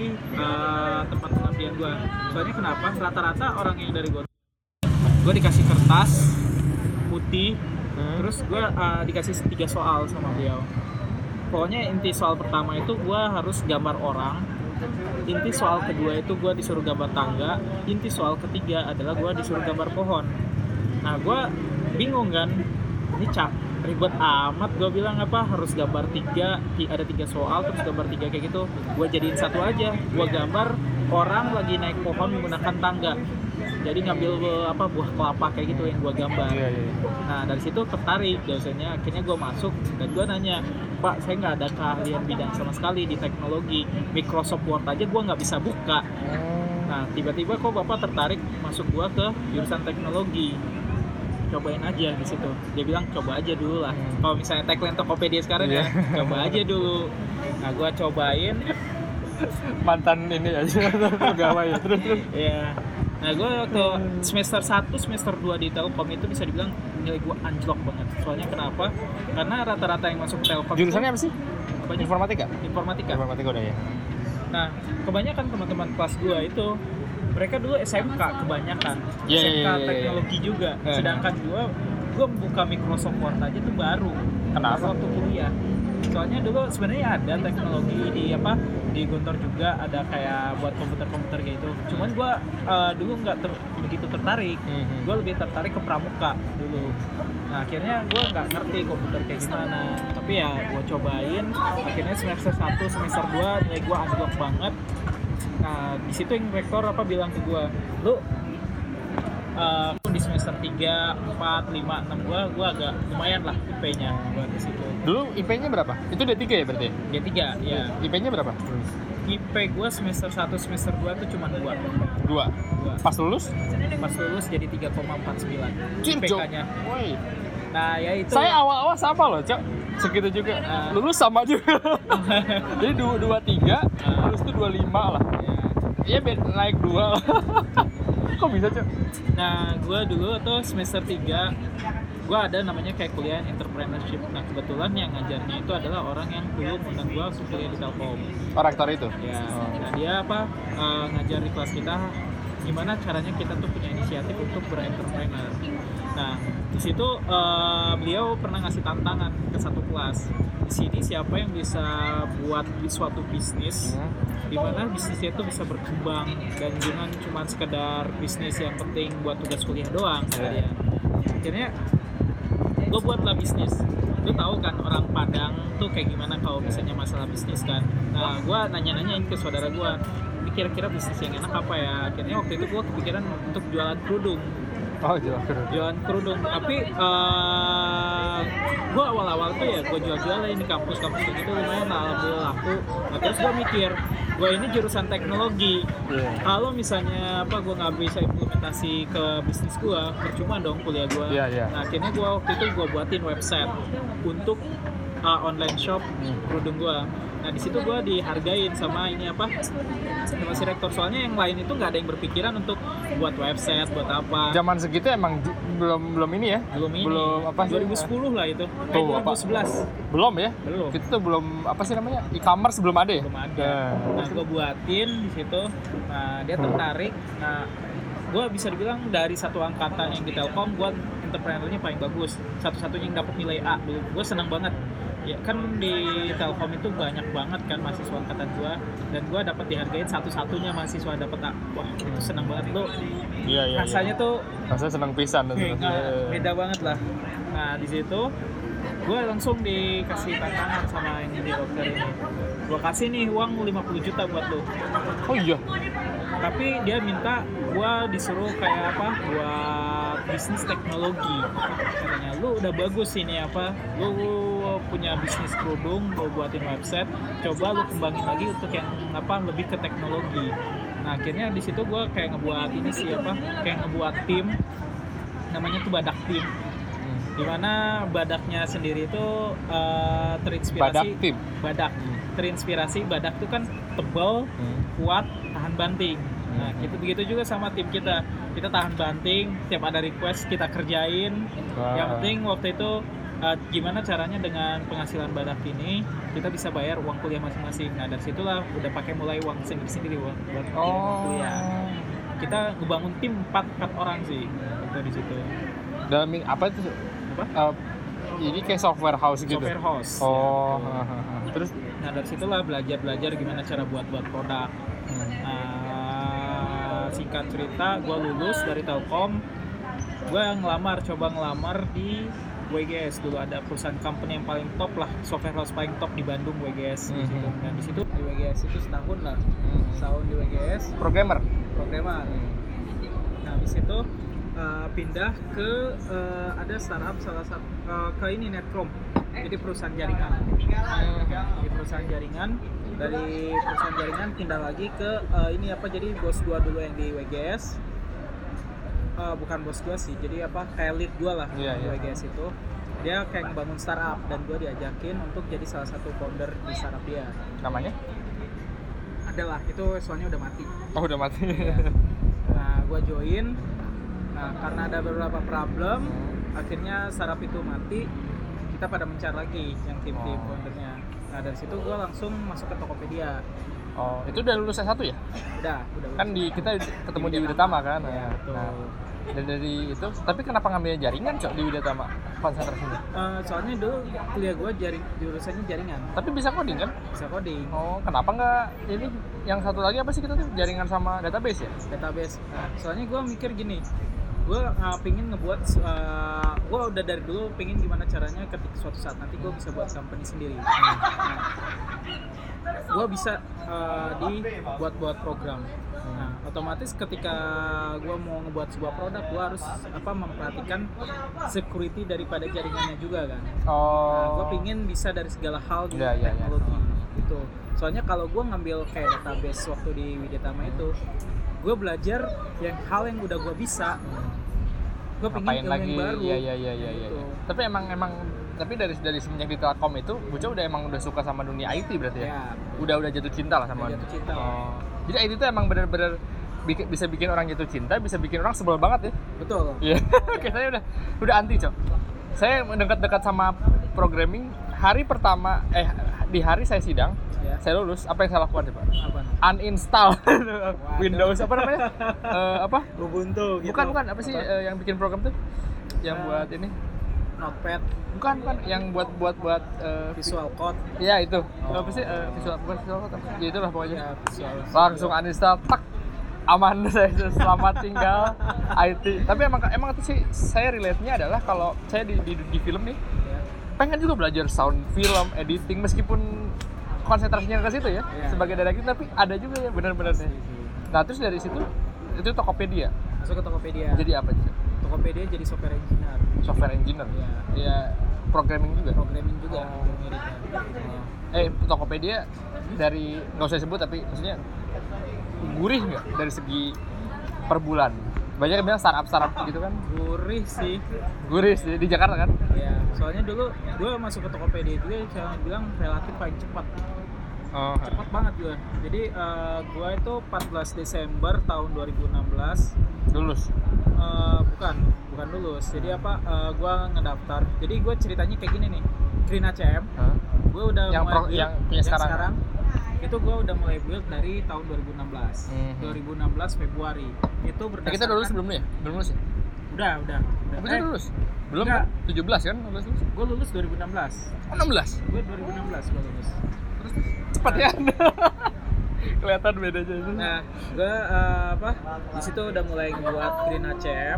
uh, tempat pengabdian gue. Soalnya kenapa? Rata-rata orang yang dari gue, gue dikasih kertas putih, Hmm. terus gue uh, dikasih tiga soal sama beliau. Pokoknya inti soal pertama itu gue harus gambar orang. Inti soal kedua itu gue disuruh gambar tangga. Inti soal ketiga adalah gue disuruh gambar pohon. Nah, gue bingung kan, ini cap ribet amat. Gue bilang apa harus gambar tiga, ti- ada tiga soal terus gambar tiga kayak gitu. Gue jadiin satu aja. Gue gambar orang lagi naik pohon menggunakan tangga. Jadi ngambil eh, apa buah kelapa kayak gitu yang gue gambar. Iya, iya. Nah dari situ tertarik dosennya. Akhirnya gue masuk dan gue nanya, Pak, saya nggak ada keahlian bidang sama sekali di teknologi. Microsoft Word aja gue nggak bisa buka. Nah tiba-tiba kok bapak tertarik masuk gue ke jurusan teknologi. Cobain aja di situ. Dia bilang coba aja dulu lah. Hmm. Kalau misalnya tagline Tokopedia sekarang Iya. ya, coba aja dulu. Nah gue cobain. Mantan ini aja pegawai ya. Terus terus. Iya. Nah gue waktu semester satu, semester dua di Telkom itu bisa dibilang nilai gue anjlok banget. Soalnya kenapa? Karena rata-rata yang masuk Telkom Jurusannya apa sih? apa aja? Informatika. Informatika. Informatika udah ya. Nah kebanyakan teman-teman kelas gue itu mereka dulu S M K kebanyakan. Iya, S M K iya, iya, iya. teknologi juga. Eh. Sedangkan gue gue buka Microsoft Word aja tuh baru. Kenapa? Waktu kuliah. soalnya dulu sebenarnya ada teknologi di apa di Guntur juga ada kayak buat komputer-komputer kayak gitu. Cuman gue uh, dulu nggak ter- begitu tertarik. Mm-hmm. Gue lebih tertarik ke pramuka dulu. Nah akhirnya gue nggak ngerti komputer kayak gimana. Tapi ya gue cobain. Akhirnya semester satu, semester dua nilai gue anjlok banget. Nah di situ yang rektor apa bilang ke gue, lu Uh, di semester tiga, empat, lima, enam gua gua agak lumayan lah I P-nya buat di situ. Dulu I P-nya berapa? Itu D tiga ya berarti? D tiga, ya. I P-nya berapa? I P gua semester satu, semester dua tuh cuma dua. Dua. dua. Pas lulus? Pas lulus jadi tiga koma empat sembilan I P-nya. Woi. Nah, ya itu. Saya awal-awal sama loh, Cok. Segitu juga. Uh, lulus sama juga. Jadi dua dua tiga, uh, lulus tuh dua lima lah. Iya, ya, naik dua. Kok bisa, Cok? Nah, gue dulu tuh semester tiga gue ada namanya kayak kuliah entrepreneurship. Nah, kebetulan yang ngajarnya itu adalah orang yang dulu undang gue untuk kuliah di Telkom. Oh, rektor itu? Ya, oh. Nah dia apa, uh, ngajar di kelas kita gimana caranya kita tuh punya inisiatif untuk berentrepreneur. Nah, di situ uh, beliau pernah ngasih tantangan ke satu kelas. Di sini siapa yang bisa buat suatu bisnis hmm. di mana bisnisnya itu bisa berkembang dan jangan cuma sekedar bisnis yang penting buat tugas kuliah doang sekalian. Akhirnya gue buatlah bisnis. Lu tahu kan orang Padang tuh kayak gimana kalau misalnya masalah bisnis kan. Nah, gue nanya-nanyain ke saudara gue, kira-kira bisnis yang enak apa ya. Akhirnya waktu itu gue kepikiran untuk jualan kerudung. Oh, jualan kerudung. Jualan kerudung. Tapi uh, gue awal-awal tuh ya gue jual-jualin di kampus-kampus gitu lumayan lah, alhamdulillah laku. Nah, terus gue mikir, gue ini jurusan teknologi. Yeah. Kalau misalnya apa gue nggak bisa implementasi ke bisnis gue, percuma dong kuliah gue. Yeah, yeah. Nah, akhirnya gue waktu itu gue buatin website untuk uh, online shop kerudung gue. Nah di situ gue dihargain sama ini apa sama si rektor, soalnya yang lain itu nggak ada yang berpikiran untuk buat website buat apa. Zaman segitu emang j- belum belum ini ya belum ini belum apa dua ribu sepuluh lah itu eh, oh, dua ribu sebelas belum ya belum kita tuh belum apa sih namanya e-commerce belum ada ya belum ada. Nah gue buatin di situ, nah dia tertarik. Nah gue bisa dibilang dari satu angkatan yang di Telkom gue entrepreneurnya paling bagus, satu-satunya yang dapat nilai A dulu. Gue senang banget ya kan di Telkom itu banyak banget kan mahasiswa angkatan gue, dan gue dapat dihargain satu-satunya mahasiswa dapat A. Wah itu senang banget tuh. Iya, iya, rasanya iya. tuh rasanya senang pisan tuh. Hey, nah, beda banget lah. Nah di situ gue langsung dikasih tantangan sama yang di dokter ini, gue kasih nih uang lima puluh juta buat lo. Oh iya. Tapi dia minta gue disuruh kayak apa buat bisnis teknologi. Katanya lu udah bagus ini apa, lu punya bisnis kerudung, lu buatin website, coba lu kembangin lagi untuk yang apa lebih ke teknologi. Nah akhirnya di situ gue kayak ngebuat ini sih apa, kayak ngebuat tim, namanya tuh Badak Tim. Dimana badaknya sendiri itu uh, terinspirasi Badak Tim. Badak terinspirasi badak itu kan tebal, hmm. kuat, tahan banting. Hmm. Nah gitu begitu juga sama tim kita. Kita tahan banting, tiap ada request kita kerjain. Wow. Yang penting waktu itu uh, gimana caranya dengan penghasilan badak ini kita bisa bayar uang kuliah masing-masing. Nah dari situlah udah pakai mulai uang sendiri-sendiri buat oh. kuliah. Kita ngebangun tim empat orang sih waktu di situ. Dalam apa itu? Apa? Uh, ini kayak software house gitu. Software house. Oh. Ya, terus nah dari situlah belajar-belajar gimana cara buat-buat produk. Hmm. Nah, singkat cerita, gue lulus dari Telkom, gue ngelamar, coba ngelamar di W G S dulu, ada perusahaan company yang paling top lah, software house paling top di Bandung, W G S. Hmm. Di situ. Nah di situ di W G S itu setahun lah, hmm. setahun di W G S. Programmer. Programmer. Nah di situ uh, pindah ke uh, ada startup salah satu uh, ke ini Netcom. Jadi perusahaan jaringan. Di perusahaan jaringan, dari perusahaan jaringan pindah lagi ke uh, ini apa, jadi bos gua dulu yang di W G S. Uh, bukan bos gua sih, jadi apa kayak lead gua lah yeah, di yeah. W G S itu. Dia kayak ngebangun startup dan gua diajakin untuk jadi salah satu founder di startup dia. Namanya? Adalah itu soalnya udah mati. Oh udah mati. Ya. Nah gua join. Nah karena ada beberapa problem, akhirnya startup itu mati. Kita pada mencari lagi yang tim-tim oh. foundernya. Nah dari situ gue langsung masuk ke Tokopedia. Oh itu udah lulus S satu ya? Udah, udah. Kan di kita ketemu di Widetama kan? Ya, betul. Nah, Dan dari itu, tapi kenapa ngambil jaringan cok di Widyatama konsentrasinya? Uh, soalnya dulu kuliah gue jaring, jurusannya jaringan. Tapi bisa coding kan? Bisa coding. Oh, kenapa nggak ini? Yang satu lagi apa sih kita tuh jaringan sama database ya? Database. Nah, soalnya gue mikir gini, gue uh, pingin ngebuat, uh, gue udah dari dulu pingin gimana caranya ketika suatu saat nanti gue bisa buat company sendiri. Nah, gue bisa uh, dibuat-buat program. Nah, otomatis ketika gue mau ngebuat sebuah produk, gue harus apa memperhatikan security daripada jaringannya juga kan. Oh. Nah, gue pingin bisa dari segala hal di ya, ya, teknologi ya. gitu. Soalnya kalau gue ngambil kayak database waktu di Widyatama itu, gue belajar yang hal yang udah gue bisa. Gue pingin ilmu lagi? yang baru. Iya iya iya iya. Gitu. Ya. Tapi emang emang tapi dari dari semenjak di Telkom itu, Buca udah emang udah suka sama dunia I T berarti ya? Ya. Udah udah jatuh cinta lah sama. Jatuh cinta. Oh. Jadi I T itu emang benar-benar bikin, bisa bikin orang jatuh cinta, bisa bikin orang sebel banget ya. Betul. Iya. Kayak saya udah udah anti, Cok. Saya mendekat-dekat sama programming hari pertama eh di hari saya sidang, ya. Saya lulus, apa yang saya lakukan sih, Pak? Apa? Uninstall Windows apa namanya? uh, apa? Ubuntu gitu. Bukan, bukan, apa sih uh, yang bikin program tuh? Yang uh, buat ini Notepad. Bukan, bukan, yang buat buat buat uh, Visual Code. Iya, itu. Oh. Apa sih uh, visual bukan visual code apa? Ya itulah pokoknya. Ya, visual. Langsung uninstall, tak. Aman, saya selamat tinggal I T. Tapi emang emang itu sih saya relate-nya adalah kalau saya di di, di film nih, ya. Pengen juga belajar sound film, editing meskipun konsentrasinya ke situ ya, ya. Sebagai director, tapi ada juga ya benar-benar nih. Nah, terus dari situ itu Tokopedia. Masuk ke Tokopedia. Jadi apa sih? Tokopedia jadi software engineer. Software engineer. Iya. Ya, programming juga. Programming juga. Oh. Oh. Eh, Tokopedia dari nggak usah sebut tapi maksudnya gurih nggak dari segi per bulan? Banyak yang bilang startup startup gitu kan? Gurih sih. Gurih sih di Jakarta kan? Iya. Soalnya dulu gue masuk ke Tokopedia juga, saya bilang relatif paling cepat. Oh. Cepat banget gue. Jadi uh, gue itu empat belas Desember tahun dua ribu enam belas lulus. Uh, bukan, bukan lulus. Jadi apa? Uh, gue ngedaftar. Jadi gue ceritanya kayak gini nih. Green A C M. Huh? Gue udah yang mulai pro, build, yang punya yang sekarang. sekarang itu gue udah mulai build dari tahun dua ribu enam belas. Mm-hmm. dua ribu enam belas Februari. Itu berdasarkan. Kita udah lulus belum ya? Belum lulus ya? Udah, udah. udah. Apa eh, lulus? Belum enggak. Kan? tujuh belas kan? lulus lulus. Gue lulus dua ribu enam belas. Oh, enam belas? Gue dua ribu enam belas gue lulus. Terus cepat ya. Kelihatan bedanya itu. Nah, gue uh, apa? Di situ udah mulai buat Green A C M.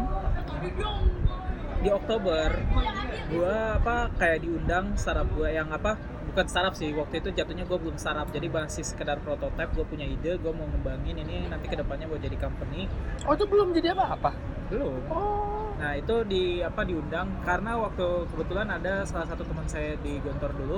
Di Oktober gue apa kayak diundang startup gue yang apa? Bukan startup sih, waktu itu jatuhnya gue belum startup, jadi masih sekedar prototype. Gue punya ide, gue mau ngembangin ini nanti kedepannya buat jadi company. Oh, itu belum jadi apa-apa? Belum. Oh. Nah, itu di apa diundang karena waktu kebetulan ada salah satu teman saya di Gontor dulu,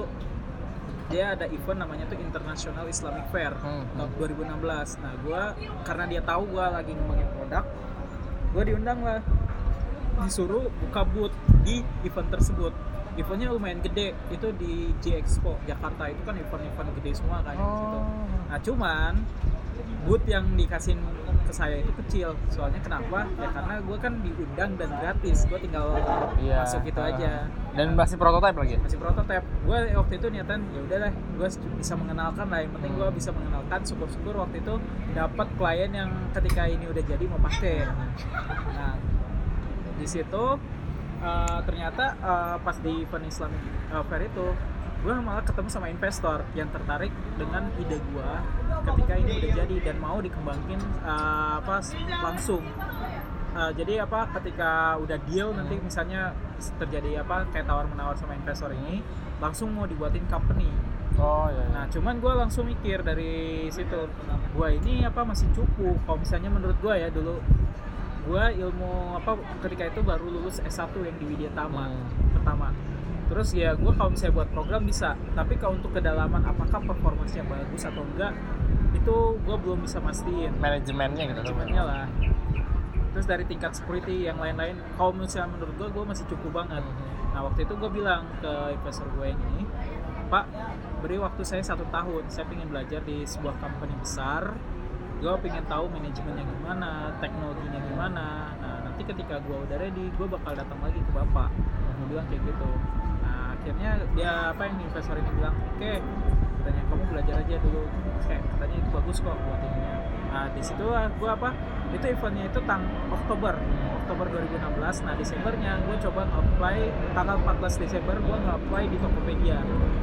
dia ada event namanya tuh International Islamic Fair hmm. tahun dua ribu enam belas. Nah, gue karena dia tahu gue lagi ngembangin produk, gue diundang lah, disuruh buka booth di event tersebut. Eventnya lumayan gede, itu di J Expo Jakarta, itu kan event-event gede semua kan. Oh. Gitu. Nah, cuman booth yang dikasih ke saya itu kecil. Soalnya kenapa? Ya karena gue kan diundang dan gratis, gue tinggal iya, masuk gitu uh, aja. Dan masih prototype lagi? Masih prototype. Gue waktu itu niatan ya udah lah, gue bisa mengenalkan lah. Yang penting gue bisa mengenalkan. Syukur-syukur waktu itu dapat klien yang ketika ini udah jadi mau pakai. Nah, di situ Uh, ternyata uh, pas di event Islamic uh, Fair itu gue malah ketemu sama investor yang tertarik dengan ide gue ketika ini udah jadi dan mau dikembangin uh, apa langsung. Uh, jadi apa ketika udah deal nanti misalnya terjadi apa kayak tawar menawar sama investor ini langsung mau dibuatin company. Oh iya. iya. Nah cuman gue langsung mikir dari situ gue ini apa masih cukup kalau misalnya menurut gue ya dulu. Gue ilmu apa ketika itu baru lulus S satu yang di Widyatama hmm. pertama. Terus ya gue kalau misalnya buat program bisa, tapi kalau untuk kedalaman apakah performanya bagus atau enggak itu gue belum bisa mastiin. Manajemennya gitu. Manajemennya lah. Terus dari tingkat security yang lain-lain, kalau misalnya menurut gue gue masih cukup banget. Nah waktu itu gue bilang ke investor gue yang ini, Pak beri waktu saya satu tahun, saya ingin belajar di sebuah company besar. Gue pengen tahu manajemennya gimana, teknologinya gimana. Nah nanti ketika gue udah ready, gue bakal datang lagi ke bapak. Gue bilang kayak gitu. Nah akhirnya dia apa yang investor ini bilang, oke, okay, katanya kamu belajar aja dulu. Kayak katanya itu bagus kok buat ininya. Nah di situ lah gue apa Itu eventnya itu tang Oktober Oktober dua ribu enam belas. Nah Desembernya gue coba nge-apply, tanggal empat belas Desember gue nge-apply di Tokopedia.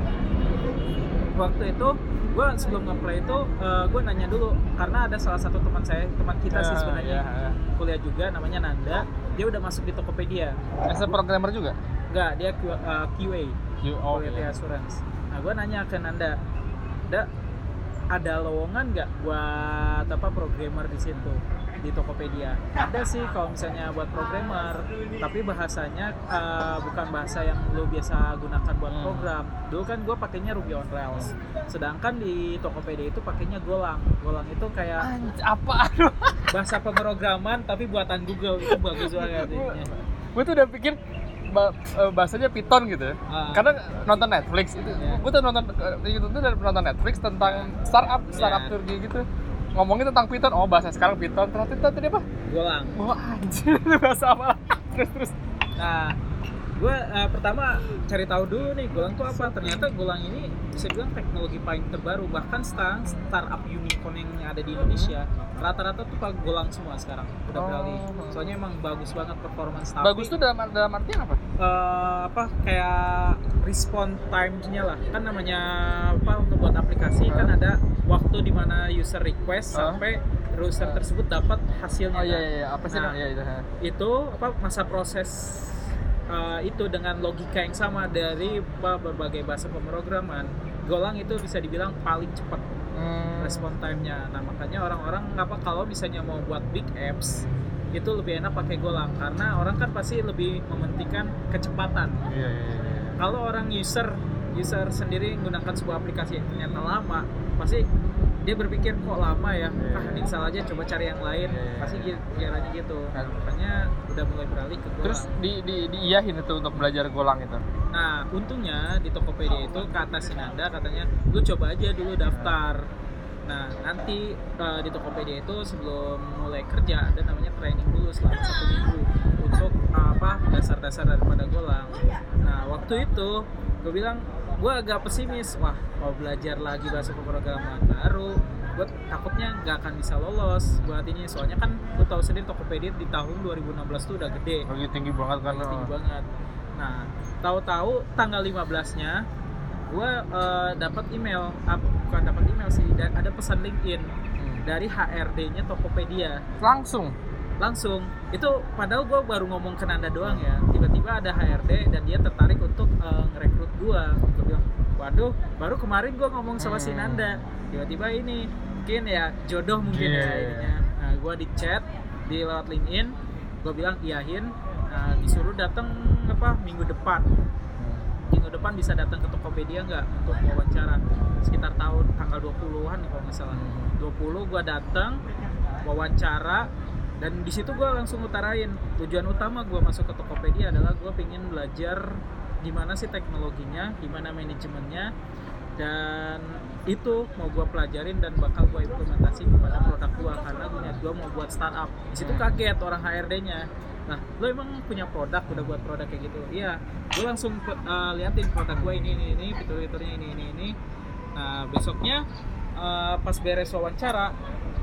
Waktu itu gue sebelum nge-apply itu uh, gue nanya dulu, karena ada salah satu teman saya, teman kita sih sebenarnya, yeah, yeah. kuliah juga, namanya Nanda. Dia udah masuk di Tokopedia. As a programmer juga? Enggak, dia Q, uh, Q A, Q, oh, Quality yeah. Assurance. Nah gue nanya ke Nanda, ada ada lowongan nggak buat apa programmer di situ di Tokopedia? Ada sih kalau misalnya buat programmer, tapi bahasanya uh, bukan bahasa yang lo biasa gunakan buat hmm. program. Dulu kan gue pakainya Ruby on Rails, sedangkan di Tokopedia itu pakainya Golang. Golang itu kayak Anj, apa? Aduh. bahasa pemrograman tapi buatan Google, itu bagus banget. Gue tuh udah pikir bahasanya Python gitu ya. Ah. Karena nonton Netflix itu, yeah. gue tuh nonton itu tuh dari nonton Netflix tentang startup, startup yeah. Turki gitu. Ngomongin tentang Python, oh bahasa sekarang Python, ternyata itu tadi apa? Golang. Oh anjir, bahasa apa? terus terus. Nah, gue uh, pertama cari tahu dulu nih Golang tuh apa. Ternyata Golang ini bisa bilang teknologi paling terbaru. Bahkan sekarang startup unicorn yang ada di Indonesia rata-rata tuh pakai Golang semua sekarang. Udah oh. beralih. Soalnya emang bagus banget performance. Bagus tuh dalam dalam artian apa? Uh, apa kayak response time-nya lah. Kan namanya apa untuk buat aplikasi huh? kan ada waktu di mana user request huh? sampai user huh? tersebut dapat hasilnya. Oh iya iya, apa sih nah, nah, iya, itu. Itu apa masa proses Uh, itu dengan logika yang sama dari uh, berbagai bahasa pemrograman, Golang itu bisa dibilang paling cepat hmm. respon time-nya. Nah makanya orang-orang apa kalau misalnya mau buat big apps itu lebih enak pakai Golang, karena orang kan pasti lebih mementingkan kecepatan. Iya, iya, iya. Kalau orang user user sendiri menggunakan sebuah aplikasi yang ternyata lama, pasti dia berpikir kok lama ya, ah install aja coba cari yang lain, yeah. pasti kiranya gitu. Nah, makanya udah mulai beralih ke Golang. Terus di di diiyahin itu untuk belajar Golang itu. Nah untungnya di Tokopedia itu kata si Nanda katanya lu coba aja dulu daftar. Nah nanti uh, di Tokopedia itu sebelum mulai kerja ada namanya training dulu selama satu minggu untuk uh, apa dasar-dasar daripada Golang. Nah waktu itu gue bilang gue agak pesimis, wah kalau belajar lagi bahasa pemrograman baru gue takutnya nggak akan bisa lolos buat ini, soalnya kan gue tahu sendiri Tokopedia di tahun dua ribu enam belas tuh udah gede, lagi tinggi banget kan, lagi tinggi banget. Nah tahu-tahu tanggal lima belasnya gue uh, dapat email, uh, bukan dapat email sih, ada pesan LinkedIn hmm. dari H R D-nya Tokopedia langsung langsung itu, padahal gue baru ngomong ke Nanda doang ya, tiba-tiba ada H R D dan dia tertarik untuk uh, ngerekrut gue. Gue bilang waduh, baru kemarin gue ngomong sama hmm. si Nanda, tiba-tiba ini mungkin ya jodoh mungkin yeah. ya ininya. Nah gue di chat di lewat LinkedIn, gue bilang iyahin. Nah disuruh datang apa minggu depan minggu depan bisa datang ke Tokopedia nggak untuk wawancara, sekitar tahun tanggal dua puluhan kalau nggak salah. Dua puluh gue datang wawancara. Dan di situ gue langsung utarain tujuan utama gue masuk ke Tokopedia adalah gue pengen belajar gimana sih teknologinya, gimana manajemennya, dan itu mau gue pelajarin dan bakal gue implementasi kepada produk gue, karena niat gue mau buat startup. Di situ kaget orang H R D-nya. Nah, lo emang punya produk, udah buat produk kayak gitu? Iya. Gue langsung uh, liatin produk gue ini ini ini, fitur-fiturnya ini ini ini. Nah besoknya uh, pas beres wawancara,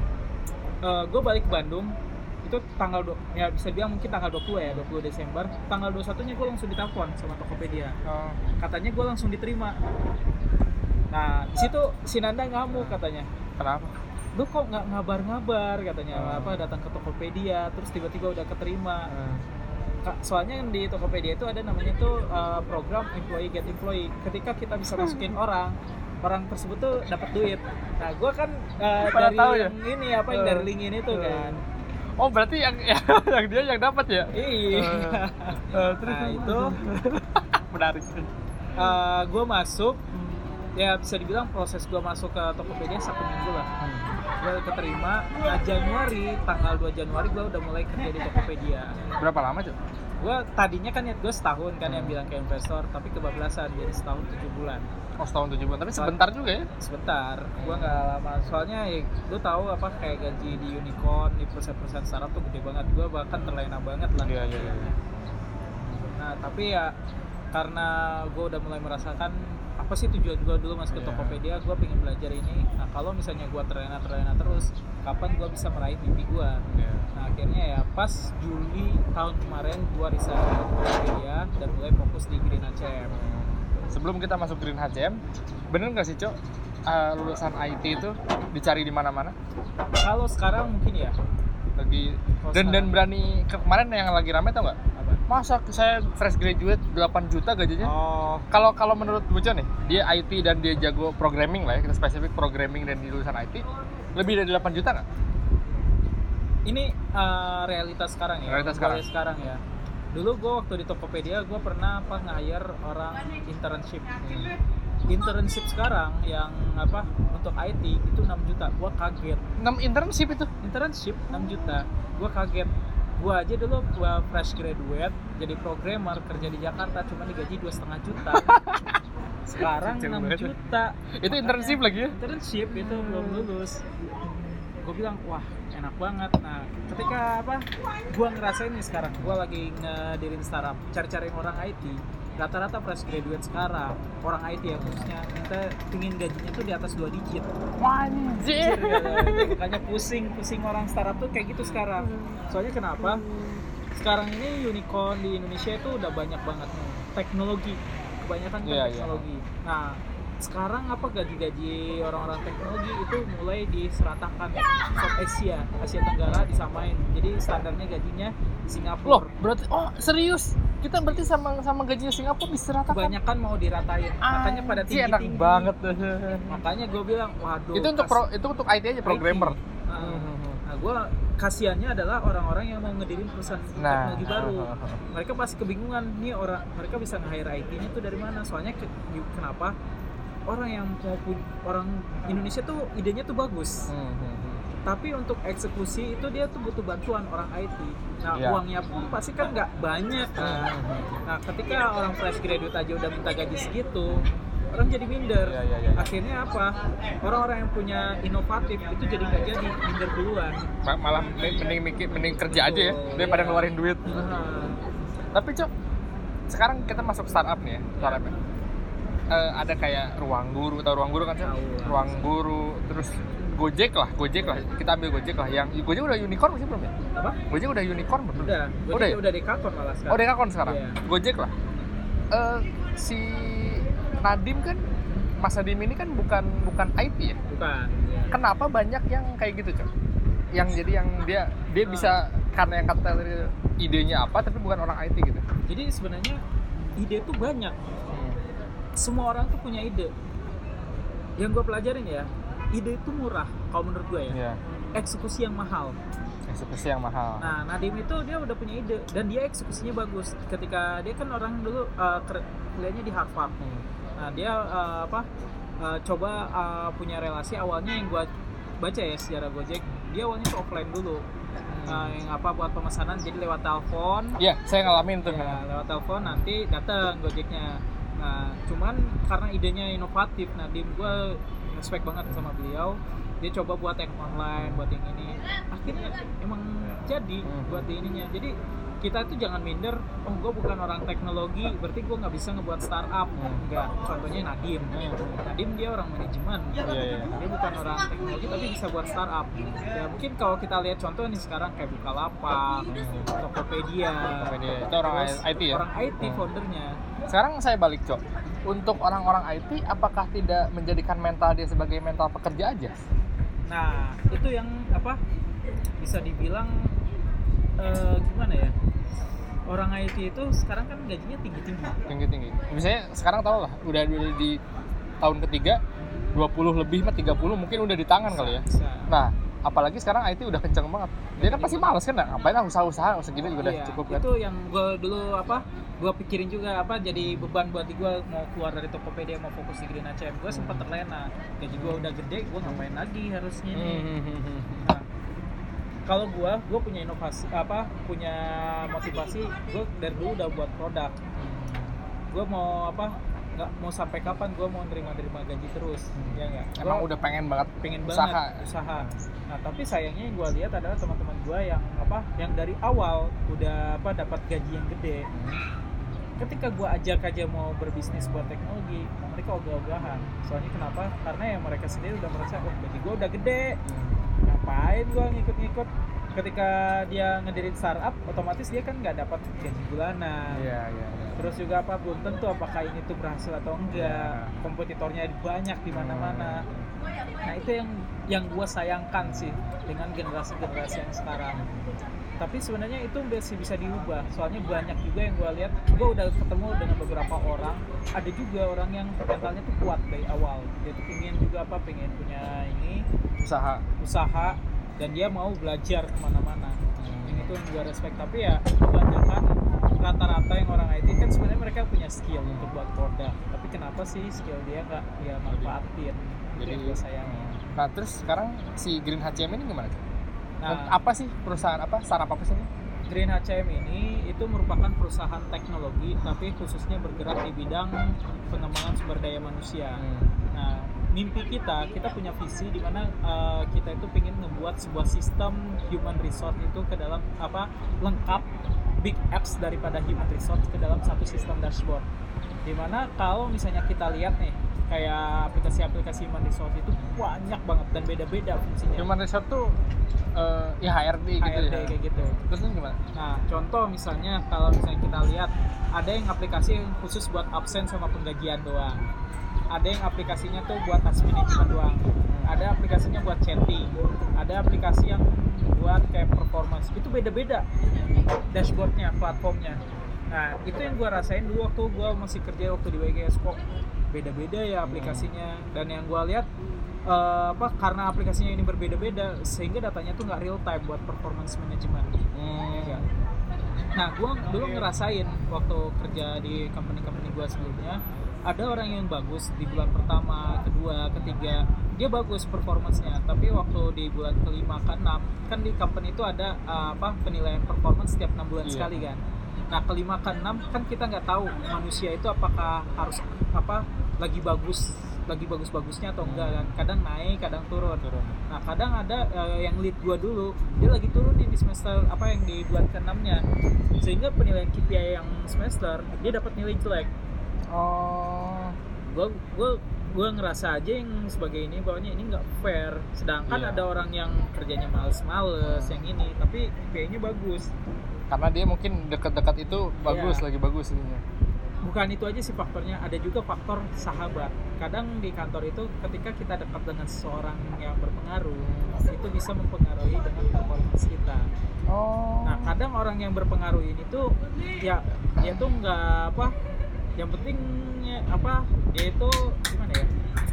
uh, gue balik ke Bandung. Itu tanggal dua, ya bisa bilang mungkin tanggal dua puluh ya, dua puluh Desember. Tanggal dua puluh satunya gue langsung ditelepon sama Tokopedia. Oh. Katanya gue langsung diterima. Nah, di situ si Nanda ngamuk katanya. Kenapa? Lu kok nggak ngabar-ngabar katanya, oh. apa datang ke Tokopedia terus tiba-tiba udah keterima. Hmm. Soalnya di Tokopedia itu ada namanya tuh uh, program employee get employee. Ketika kita bisa masukin hmm. orang, orang tersebut tuh dapat duit. Nah, gue kan uh, dari tahu yang ya? ini apa yang uh. dari link ini tuh uh. kan. Oh berarti yang yang dia yang dapat ya? Iya. Uh, uh, terus nah itu menarik. Uh, gue masuk, ya bisa dibilang proses gue masuk ke Tokopedia satu minggu lah. Hmm. Gue keterima. Nah Januari, tanggal dua Januari gue udah mulai kerja di Tokopedia. Berapa lama tuh? Gue tadinya kan ya gue setahun kan yang bilang ke investor, tapi kebablasan jadi setahun tujuh bulan. Oh setahun tujuh bulan, tapi sebentar juga ya? Sebentar, gue nggak lama. Soalnya ya, lu tahu apa kayak gaji di unicorn, di perusahaan-perusahaan startup tuh gede banget. Gue bahkan terlena banget lah. Iya iya iya. Nah tapi ya karena gue udah mulai merasakan apa sih tujuan gue dulu masuk ke Tokopedia, gue pengen belajar ini. Nah kalau misalnya gue terlena terlena terus, kapan gue bisa meraih mimpi gue. Yeah. Nah akhirnya ya pas Juli tahun kemarin gue resign dari Tokopedia dan mulai fokus di Green H M. Sebelum kita masuk Green H M, bener nggak sih Cok, uh, lulusan I T itu dicari di mana-mana? Kalau sekarang mungkin ya. Lagi Kalau dan dan sekarang. berani ke kemarin yang lagi rame tau nggak? Apa? Masa saya fresh graduate delapan juta gajinya? Oh, Kalau kalau menurut Buco nih, dia I T dan dia jago programming lah ya, kita spesifik programming dan di lulusan I T, lebih dari delapan juta nggak? ini uh, realitas sekarang ya. Realitas Gua sekarang. lihat sekarang ya. Dulu gue waktu di Tokopedia gue pernah apa nge-hire orang internship. Internship sekarang yang apa untuk I T itu enam juta. Gue kaget. enam internship itu? Internship enam juta. Gue kaget. Gue aja dulu gue fresh graduate jadi programmer kerja di Jakarta cuma digaji dua setengah juta. Sekarang Kecil enam banget. juta. Itu internship lagi ya? Internship itu belum lulus. Gue bilang wah enak banget. Nah ketika apa gue ngerasain nih sekarang gue lagi ngedirin startup cari-cari orang I T, rata-rata fresh graduate sekarang orang I T ya khususnya minta pingin gajinya tuh di atas dua digit. Anjir. Makanya pusing pusing orang startup tuh kayak gitu sekarang. Soalnya kenapa sekarang ini unicorn di Indonesia itu udah banyak banget nih teknologi, kebanyakan kan Iya, iya. teknologi. Nah sekarang apa gaji-gaji orang-orang teknologi itu mulai diseratakan South Asia, Asia Tenggara disamain. Jadi standarnya gajinya di Singapura. Loh, berarti oh serius? Kita berarti sama sama gajinya Singapura diseratakan? Kebanyakan mau diratain, makanya pada Anjir, tinggi enak tinggi. banget. Makanya gue bilang, waduh. Itu untuk kas- pro, itu untuk I T aja programmer. I T. Nah, nah gue kasiannya adalah orang-orang yang mau ngedirin perusahaan Nah, teknologi baru. Mereka pasti kebingungan nih orang, mereka bisa nge-hire I T-nya tuh dari mana? Soalnya ke, kenapa? Orang yang mau pu- orang Indonesia tuh idenya tuh bagus. Tapi untuk eksekusi itu dia tuh butuh bantuan orang I T. Nah Iya. uangnya pun pasti kan nggak banyak. Nah, nah ketika orang fresh graduate aja udah minta gaji segitu, orang jadi minder. Iya, iya, iya. Akhirnya apa? Orang-orang yang punya inovatif itu jadi nggak jadi, minder duluan. Ma- Malah mending mikir mending kerja aja ya Betul, daripada iya. ngeluarin duit. Nah, Tapi Cok, sekarang kita masuk startup nih ya, startup ya. Eh, ada kayak ruang guru, atau ruang guru kan Cok? Tahu lah. Ruang guru, terus Gojek lah, Gojek lah. Kita ambil Gojek lah. Yang Gojek udah unicorn masih belum ya? apa? Gojek udah unicorn belum? Udah, Udah udah ya? udah dekakon malah sekarang. Oh, dekakon sekarang. Iya. Gojek lah. Eh, si Nadim kan, Mas Nadim ini kan bukan bukan I T ya. Bukan. Ya. Kenapa banyak yang kayak gitu, Cok? Yang jadi yang dia dia bisa karena yang kata tadi idenya apa tapi bukan orang I T gitu. Jadi sebenarnya ide tuh banyak. Semua orang tuh punya ide. Yang gue pelajarin ya, ide itu murah kalau menurut gue ya. Iya. Eksekusi yang mahal. Eksekusi yang mahal. Nah, Nadim itu dia udah punya ide dan dia eksekusinya bagus. Ketika dia kan orang dulu uh, ker- kuliahnya di Harvard. Hmm. Nah, dia uh, apa? uh, coba uh, punya relasi awalnya yang gua baca ya sejarah Gojek. Dia awalnya tuh offline dulu. Nah, yang apa buat pemesanan jadi lewat telepon. Iya, saya ngalamin tuh. Ya, lewat telepon nanti datang Gojeknya. Nah, cuman karena idenya inovatif, Nadim gue respect banget sama beliau. Dia coba buat yang online, buat yang ini. Akhirnya emang jadi buat di ininya. Jadi kita tuh jangan minder. Oh, gue bukan orang teknologi, berarti gue nggak bisa ngebuat startup. Enggak. Contohnya Nadim. Nadim dia orang manajemen. Iya, iya. Dia bukan orang teknologi tapi bisa buat startup. Ya mungkin kalau kita lihat contoh nih sekarang kayak Bukalapak, Tokopedia. Tokopedia. Itu orang Terus I T ya? Orang I T Hmm. foundernya. Sekarang saya balik, Cok. Untuk orang-orang I T, apakah tidak menjadikan mental dia sebagai mental pekerja aja? Nah, itu yang apa? Bisa dibilang eh, gimana ya? Orang I T itu sekarang kan gajinya tinggi-tinggi. Tinggi-tinggi. Misalnya sekarang tau lah, udah, udah di tahun ketiga dua puluh lebih mah tiga puluh mungkin udah di tangan kali ya. Bisa. Nah, apalagi sekarang I T udah kenceng banget. Dia kan pasti males kan, ngapain lah usaha-usaha segitu juga udah Iya, cukup kan. itu yang gue dulu apa? Gue pikirin juga apa jadi beban buat gue mau keluar dari Tokopedia mau fokus di Green H M. Gue sempat terlena. Gaji gue udah gede, gue ngapain lagi harusnya nih. Hmm. Nah, kalau gue, gue punya inovasi apa? Punya motivasi. Gue dari dulu udah buat produk. Gue mau apa? Nggak mau sampai kapan gue mau nerima-nerima gaji terus, ya nggak? Emang Gua udah pengen banget pengen usaha. banget usaha. Nah tapi sayangnya yang gue lihat adalah teman-teman gue yang apa? Yang dari awal udah apa? Dapat gaji yang gede. Ketika gue ajak aja mau berbisnis buat teknologi, mereka ogah-ogahan. Soalnya kenapa? Karena yang mereka sendiri udah merasa, oh gaji gue udah gede. ngapain gua ngikut-ngikut. Ketika dia ngedirin startup, otomatis dia kan nggak dapat gaji bulanan. Iya, iya, iya. Terus juga apa, belum tentu apakah ini tuh berhasil atau enggak. Kompetitornya banyak di mana-mana. Nah itu yang yang gue sayangkan sih dengan generasi-generasi yang sekarang. Tapi sebenarnya itu masih bisa diubah. Soalnya banyak juga yang gue lihat, gue udah ketemu dengan beberapa orang. Ada juga orang yang mentalnya tuh kuat dari awal. Dia tuh pengen juga apa, pengen punya ini Usaha. usaha dan dia mau belajar kemana-mana. Yang itu yang gue respect. Tapi ya kebanyakan rata-rata yang orang I T kan sebenarnya mereka punya skill untuk buat produk. Tapi kenapa sih skill dia nggak dia manfaatin? Jadi gue sayangin. Nah terus sekarang si Green H C M ini gimana? Nah, apa sih perusahaan apa? Startup apa sih ini? Green H C M ini itu merupakan perusahaan teknologi tapi khususnya bergerak di bidang pengembangan sumber daya manusia. Hmm. Nah, mimpi kita, kita punya visi di mana uh, kita itu pengen membuat sebuah sistem human resource itu ke dalam apa lengkap big apps daripada human resource ke dalam satu sistem dashboard. Dimana kalau misalnya kita lihat nih kayak aplikasi-aplikasi human resource itu banyak banget dan beda-beda fungsinya. Human resource tuh uh, ya H R D gitu H R D ya. kayak gitu. Terus ini gimana? Nah, contoh misalnya kalau misalnya kita lihat ada yang aplikasi yang khusus buat absen sama penggajian doang. Ada yang aplikasinya tuh buat task management doang. Ada aplikasinya buat chatting. Ada aplikasi yang buat kayak performance. Itu beda-beda dashboardnya, platformnya. Nah, itu yang gue rasain dulu waktu gue masih kerja waktu di W G S kok. Beda-beda ya aplikasinya. Dan yang gue lihat uh, apa karena aplikasinya ini berbeda-beda sehingga datanya tuh nggak real time buat performance management. Hmm. Ya, kan? Nah, gue dulu ngerasain waktu kerja di company-company gue sebelumnya, ada orang yang bagus di bulan pertama, kedua, ketiga, dia bagus performance-nya. Tapi waktu di bulan kelima ke enam, kan di company itu ada uh, apa penilaian performance setiap enam bulan yeah. sekali kan. Nah, kelima ke enam kan kita nggak tahu manusia itu apakah harus apa lagi bagus, lagi bagus-bagusnya atau enggak kan. Kadang naik, kadang turun. turun. Nah, kadang ada uh, yang lead gua dulu, dia lagi turun nih di semester apa yang di bulan ke enam-nya. Sehingga penilaian K P I yang semester dia dapat nilai jelek. Oh, gue gue gue ngerasa aja yang sebagai ini bahwanya ini nggak fair. Sedangkan yeah. ada orang yang kerjanya males-males yang ini, tapi K P I-nya bagus. Karena dia mungkin dekat-dekat itu bagus, yeah. lagi bagus ininya. Bukan itu aja sih faktornya, ada juga faktor sahabat. Kadang di kantor itu ketika kita dekat dengan seseorang yang berpengaruh, itu bisa mempengaruhi dengan performance kita. Oh. Nah, kadang orang yang berpengaruh ini tuh ya dia tuh nggak apa. Yang pentingnya apa dia itu gimana ya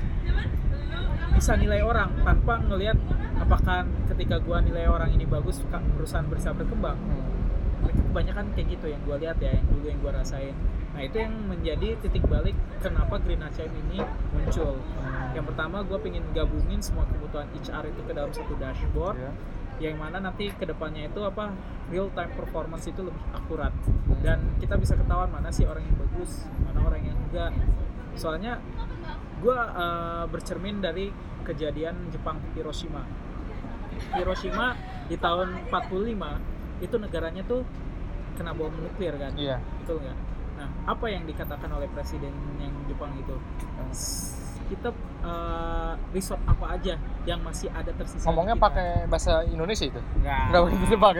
bisa nilai orang tanpa ngelihat apakah ketika gua nilai orang ini bagus perusahaan bisa berkembang. Mereka kebanyakan kayak gitu yang gua lihat ya, yang dulu yang gua rasain. Nah itu yang menjadi titik balik kenapa Green H C M ini muncul. Yang pertama gua pengen gabungin semua kebutuhan H R itu ke dalam satu dashboard. Yeah. Yang mana nanti kedepannya itu apa real time performance itu lebih akurat dan kita bisa ketahuan mana sih orang yang bagus, mana orang yang enggak. Soalnya gue uh, bercermin dari kejadian Jepang Hiroshima. Hiroshima di tahun empat puluh lima itu negaranya tuh kena bom nuklir kan, iya. Betul nggak? Nah apa yang dikatakan oleh presiden yang Jepang itu? Kita uh, resort apa aja yang masih ada tersisa. Ngomongnya pakai bahasa Indonesia itu? Enggak. Enggak begitu pakai.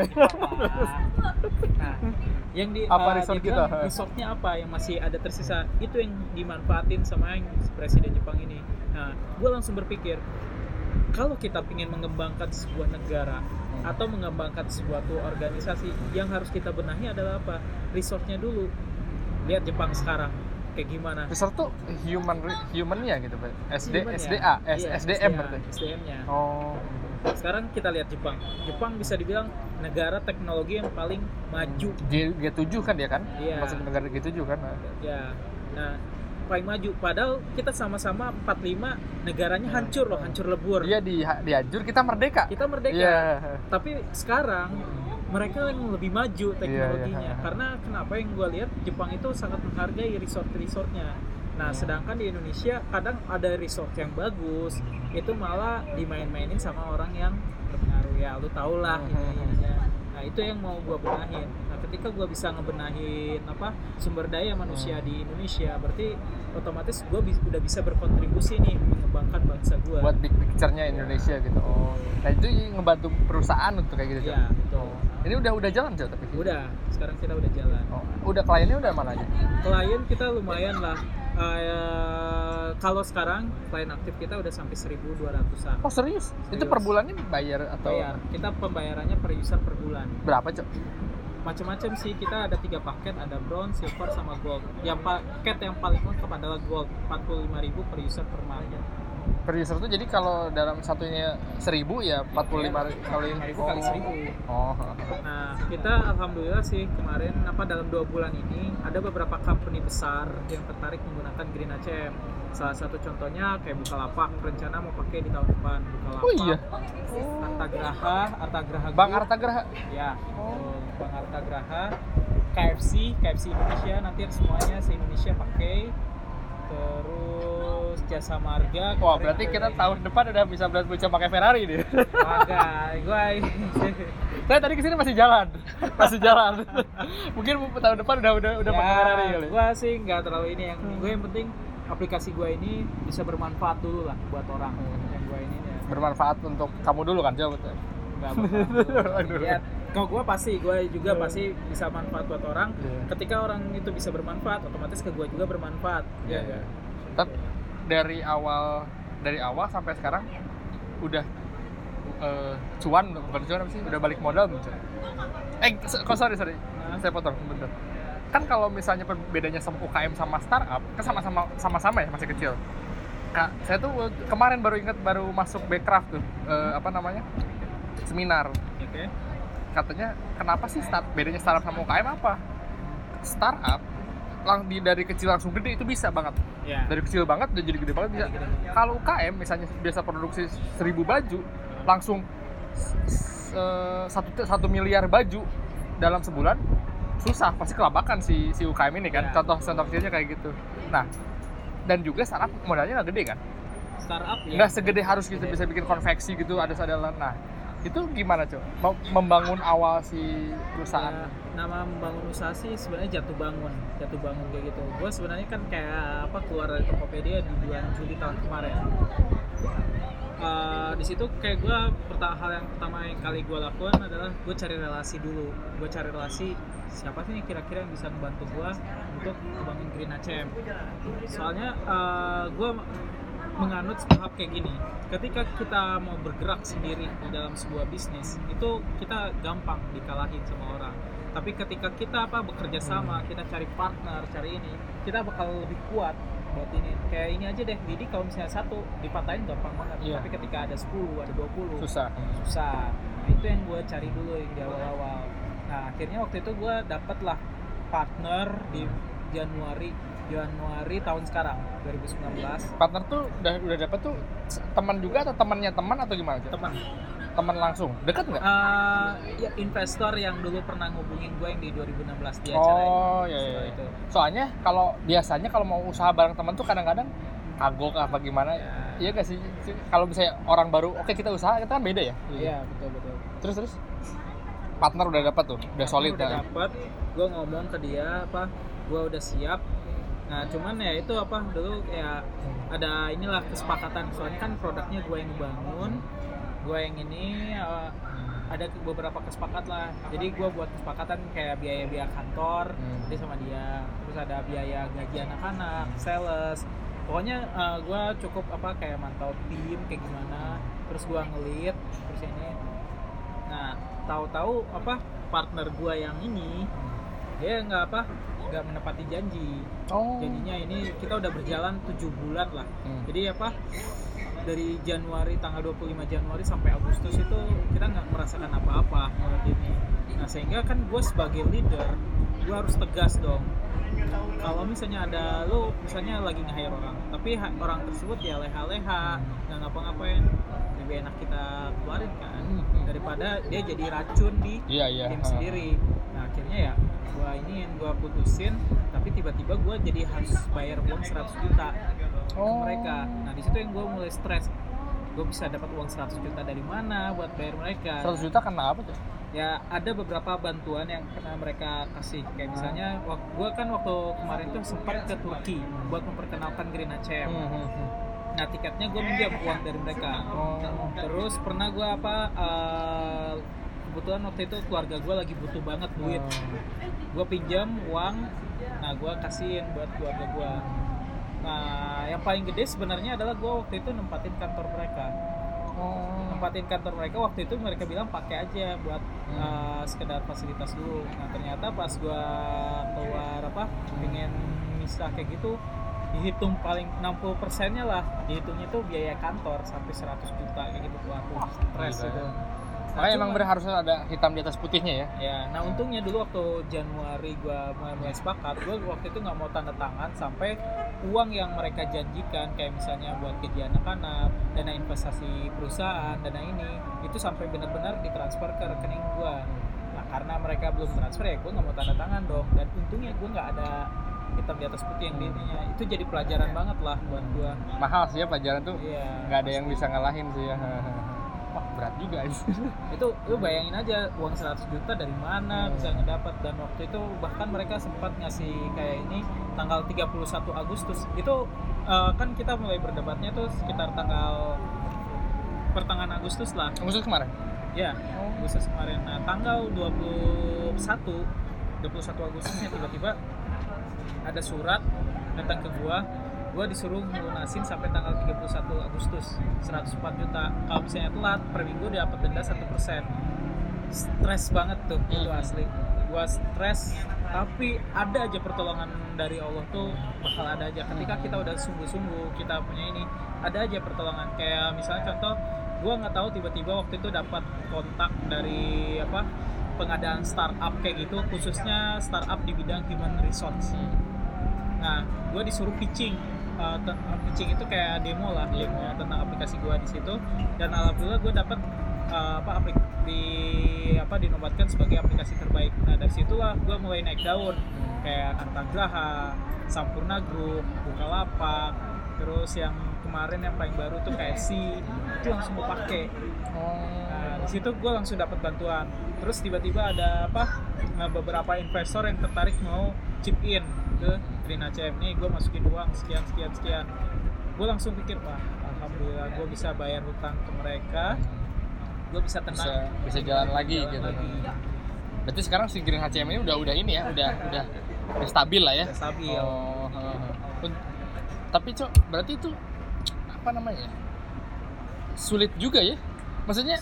Nah, yang di apa uh, resort kita? Resortnya apa yang masih ada tersisa? Itu yang dimanfaatin sama yang presiden Jepang ini. Nah, gue langsung berpikir kalau kita ingin mengembangkan sebuah negara hmm. atau mengembangkan sebuah organisasi, yang harus kita benahi adalah apa? Resortnya dulu. Lihat Jepang sekarang. Kayak gimana? Resort tuh human humannya gitu, Pak. S D Human S D A, ya? S, Iya, S D M berarti. S D M-nya. Oh. Sekarang kita lihat Jepang. Jepang bisa dibilang negara teknologi yang paling maju. G tujuh kan dia kan? Iya. Masuk negara G tujuh kan? Ya. Nah, paling maju. Padahal kita sama-sama empat puluh lima negaranya hancur loh, hancur lebur. Dia di dihancur, kita merdeka. Kita merdeka. Yeah. Tapi sekarang mereka yang lebih maju teknologinya. Yeah, yeah. Karena kenapa yang gue lihat Jepang itu sangat menghargai resort-resortnya. Nah, sedangkan di Indonesia kadang ada resort yang bagus, itu malah dimain-mainin sama orang yang berpengaruh. Ya, lu tau lah ini ininya. Nah, itu yang mau gue benahin. Nah ketika gue bisa ngebenahin apa sumber daya manusia di Indonesia, berarti otomatis gue bi- udah bisa berkontribusi nih mengembangkan bangsa gue buat big picture-nya Indonesia gitu. Oh, nah itu ngebantu perusahaan untuk kayak gitu. ya betul. Ini udah udah jalan Cok tapi. Udah, sekarang kita udah jalan. Oh, udah kliennya udah mana aja? Klien kita lumayan lah. Uh, kalau sekarang klien aktif kita udah sampai seribu dua ratusan. Oh serius? Serius. Itu per bulannya bayar atau? Bayar. Kita pembayarannya per user per bulan. Berapa Cok? Macam-macam sih, kita ada tiga paket, ada bronze, silver, sama gold. Yang paket yang paling lengkap adalah gold, empat puluh lima ribu per user per month. Per user tuh jadi kalau dalam satunya seribu ya empat puluh lima kali ribu kali seribu. Oh. Nah kita alhamdulillah sih kemarin apa dalam dua bulan ini ada beberapa company besar yang tertarik menggunakan Green A C M. Salah satu contohnya kayak Bukalapak, rencana mau pakai di tahun depan. Bukalapak, Oh iya. Artagraha, Artagraha Bang Group. Artagraha. Ya, oh. Bang Artagraha, K F C, K F C Indonesia nanti semuanya se Indonesia pakai. Terus Jasa Marga. Wah berarti kita tahun depan udah bisa bisa pakai Ferrari nih. Agak, gue Saya tadi kesini masih jalan, masih jalan. Mungkin tahun depan udah udah udah ya, pakai Ferrari kali. Gue sih nggak terlalu ini yang gue yang penting aplikasi gue ini bisa bermanfaat dulu lah buat orang. Hmm. Yang gue ini ya. Bermanfaat untuk kamu dulu kan jawab betul. Nggak bermanfaat. Ya, kalau gue pasti, gue juga pasti bisa manfaat buat orang. Yeah. Ketika orang itu bisa bermanfaat, otomatis ke gue juga bermanfaat. Iya. Ya, Yeah. Tapi dari awal dari awal sampai sekarang udah uh, cuan bukan cuan apa sih? Udah balik modal belum? Eh, kok sorry sorry, Nah. saya potong bentar. Kan kalau misalnya bedanya sama U K M sama startup, kan sama-sama sama-sama ya masih kecil. Kak, saya tuh kemarin baru ingat baru masuk Backcraft tuh, uh, apa namanya? Seminar. Oke. Okay. Katanya kenapa sih start bedanya startup sama U K M apa? Startup lang di dari kecil langsung gede itu bisa banget. Ya. Dari kecil banget udah jadi gede banget bisa. Kalau U K M misalnya biasa produksi seribu baju langsung satu satu miliar baju dalam sebulan susah, pasti kelabakan si si U K M ini kan. Ya. Contoh contoh kecilnya kayak gitu. Nah, dan juga startup modalnya nggak gede kan? Startup ya. Nggak segede harus gitu bisa bikin konveksi gitu ada sadalan. Nah, itu gimana Cok? Membangun awal si perusahaan? Ya, nama membangun usaha sih sebenarnya jatuh bangun, jatuh bangun kayak gitu. Gue sebenarnya kan kayak apa keluar dari Tokopedia di bulan Juli tahun kemarin. Uh, di situ kayak gue pertama hal yang pertama yang kali gue lakukan adalah gue cari relasi dulu. Gue cari relasi siapa sih kira-kira yang bisa membantu gue untuk membangun Green A C M. Soalnya uh, gue menganut tahap kayak gini. Ketika kita mau bergerak sendiri di dalam sebuah bisnis, itu kita gampang dikalahin sama orang. Tapi ketika kita apa bekerja sama, kita cari partner, cari ini, kita bakal lebih kuat buat ini. Kayak ini aja deh, Didi kalau misalnya satu dipatahin gampang banget. Iya. Tapi ketika ada sepuluh, ada dua puluh, Susah. susah. Nah, itu yang gue cari dulu yang di awal-awal. Nah, akhirnya waktu itu gue dapet lah partner di Januari Januari tahun sekarang dua ribu sembilan belas. Partner tuh udah udah dapat tuh teman juga atau temannya teman atau gimana? Cok? Teman Teman langsung. Dekat nggak? uh, ya investor yang dulu pernah ngubungin gue yang di dua ribu enam belas di acara Oh ini. iya iya. Itu. Soalnya kalau biasanya kalau mau usaha bareng teman tuh kadang-kadang kagok apa gimana. Ya. Iya gak sih? Kalau misalnya orang baru, oke kita usaha, kita kan beda ya? Iya, betul betul. Terus terus partner udah dapat tuh, udah solid udah ya. dapet, gue ngomong ke dia apa, gue udah siap. Nah cuman ya itu apa dulu ya ada inilah kesepakatan, soalnya kan produknya gue yang bangun, gue yang ini uh, ada beberapa kesepakatan lah. Jadi gue buat kesepakatan kayak biaya-biaya kantor, Hmm. jadi sama dia. Terus ada biaya gaji anak-anak, sales. Pokoknya uh, gue cukup apa kayak mantau tim kayak gimana. Terus gue ngelit, terus ini. Nah tahu-tahu apa partner gue yang ini dia nggak apa nggak menepati janji. Oh. Jadinya ini kita udah berjalan tujuh bulan lah. Hmm. Jadi apa dari Januari tanggal dua puluh lima Januari sampai Agustus itu kita nggak merasakan apa-apa menurut ini. Nah sehingga kan gue sebagai leader gue harus tegas dong. Kalau misalnya ada lo misalnya lagi nge-hire orang tapi ha- orang tersebut ya leha-leha nggak ngapa-ngapain, lebih enak kita keluarin kan daripada dia jadi racun di Iya iya. tim Ah. sendiri. Nah akhirnya ya gua ini yang gua putusin, tapi tiba-tiba gua jadi harus bayar uang seratus juta ke Oh. mereka. Nah di situ yang gua mulai stres, gua bisa dapat uang seratus juta dari mana buat bayar mereka. seratus juta karena apa tuh? ya ada beberapa bantuan yang pernah mereka kasih, kayak misalnya gue kan waktu kemarin tuh sempat ke Turki buat memperkenalkan Green H M. Hmm. Nah tiketnya gue minjam uang dari mereka. Terus pernah gue apa uh, kebetulan waktu itu keluarga gue lagi butuh banget duit, gue pinjam uang, nah gue kasihin buat keluarga gue. Nah yang paling gede sebenarnya adalah gue waktu itu nempatin kantor mereka. Oh. Nempatin kantor mereka waktu itu mereka bilang pakai aja buat hmm. uh, sekedar fasilitas dulu. Nah ternyata pas gua keluar apa pengen misah kayak gitu, dihitung paling enam puluh persennya lah, dihitungnya tuh biaya kantor sampai seratus juta kayak gitu tuh aku stres gitu. Nah, makanya emang bener harusnya ada hitam di atas putihnya ya. Ya, nah untungnya dulu waktu Januari gua mulai sepakat, gua waktu itu nggak mau tanda tangan sampai uang yang mereka janjikan kayak misalnya buat gaji anak-anak, dana investasi perusahaan, dana ini itu sampai benar-benar ditransfer ke rekening gua. Nah karena mereka belum transfer ya gua nggak mau tanda tangan dong, dan untungnya gua nggak ada hitam di atas putih yang dininya. Itu jadi pelajaran banget lah buat gua. Mahal sih ya pelajaran tuh, nggak iya, ada yang bisa ngalahin sih ya. Wah berat juga itu lu bayangin aja uang seratus juta dari mana bisa ngedapat. Dan waktu itu bahkan mereka sempat ngasih kayak ini tanggal tiga puluh satu Agustus itu uh, kan kita mulai berdebatnya tuh sekitar tanggal pertengahan Agustus lah. Agustus kemarin? Ya, Agustus kemarin. Nah tanggal dua puluh satu Agustusnya tiba-tiba ada surat datang ke gua, gua disuruh lunasin sampai tanggal tiga puluh satu Agustus seratus empat juta. Kalau misalnya telat per minggu dia dapat denda satu persen. Stres banget tuh hmm. itu asli. Gua stres, tapi ada aja pertolongan dari Allah tuh bakal ada aja. Ketika kita udah sungguh-sungguh kita punya ini, ada aja pertolongan. Kayak misalnya contoh, gua nggak tahu tiba-tiba waktu itu dapat kontak dari apa pengadaan startup kayak gitu, khususnya startup di bidang human resource. Nah, gua disuruh pitching. Uh, t- pitching itu kayak demo lah, demo tentang aplikasi gue di situ, dan alhamdulillah gue dapat uh, apa aplik di apa dinobatkan sebagai aplikasi terbaik. Nah dari situlah gue mulai naik daun kayak Antagraha, Sampurna Group, Bukalapak, terus yang kemarin yang paling baru tuh K F C itu langsung gue pakai. Nah di situ gue langsung dapat bantuan. Terus tiba-tiba ada apa nah, beberapa investor yang tertarik mau chip in ke Green H M nih, gue masukin uang sekian sekian sekian. Gue langsung pikir, wah alhamdulillah gue bisa bayar hutang ke mereka, gue bisa tenang, bisa, bisa jalan lagi jalan gitu. Lagi. Berarti sekarang si Green H M ini udah udah ini ya, udah udah, udah stabil lah ya. Udah stabil. Oh, uh, uh. Tapi cok, berarti itu apa namanya? Sulit juga ya. Maksudnya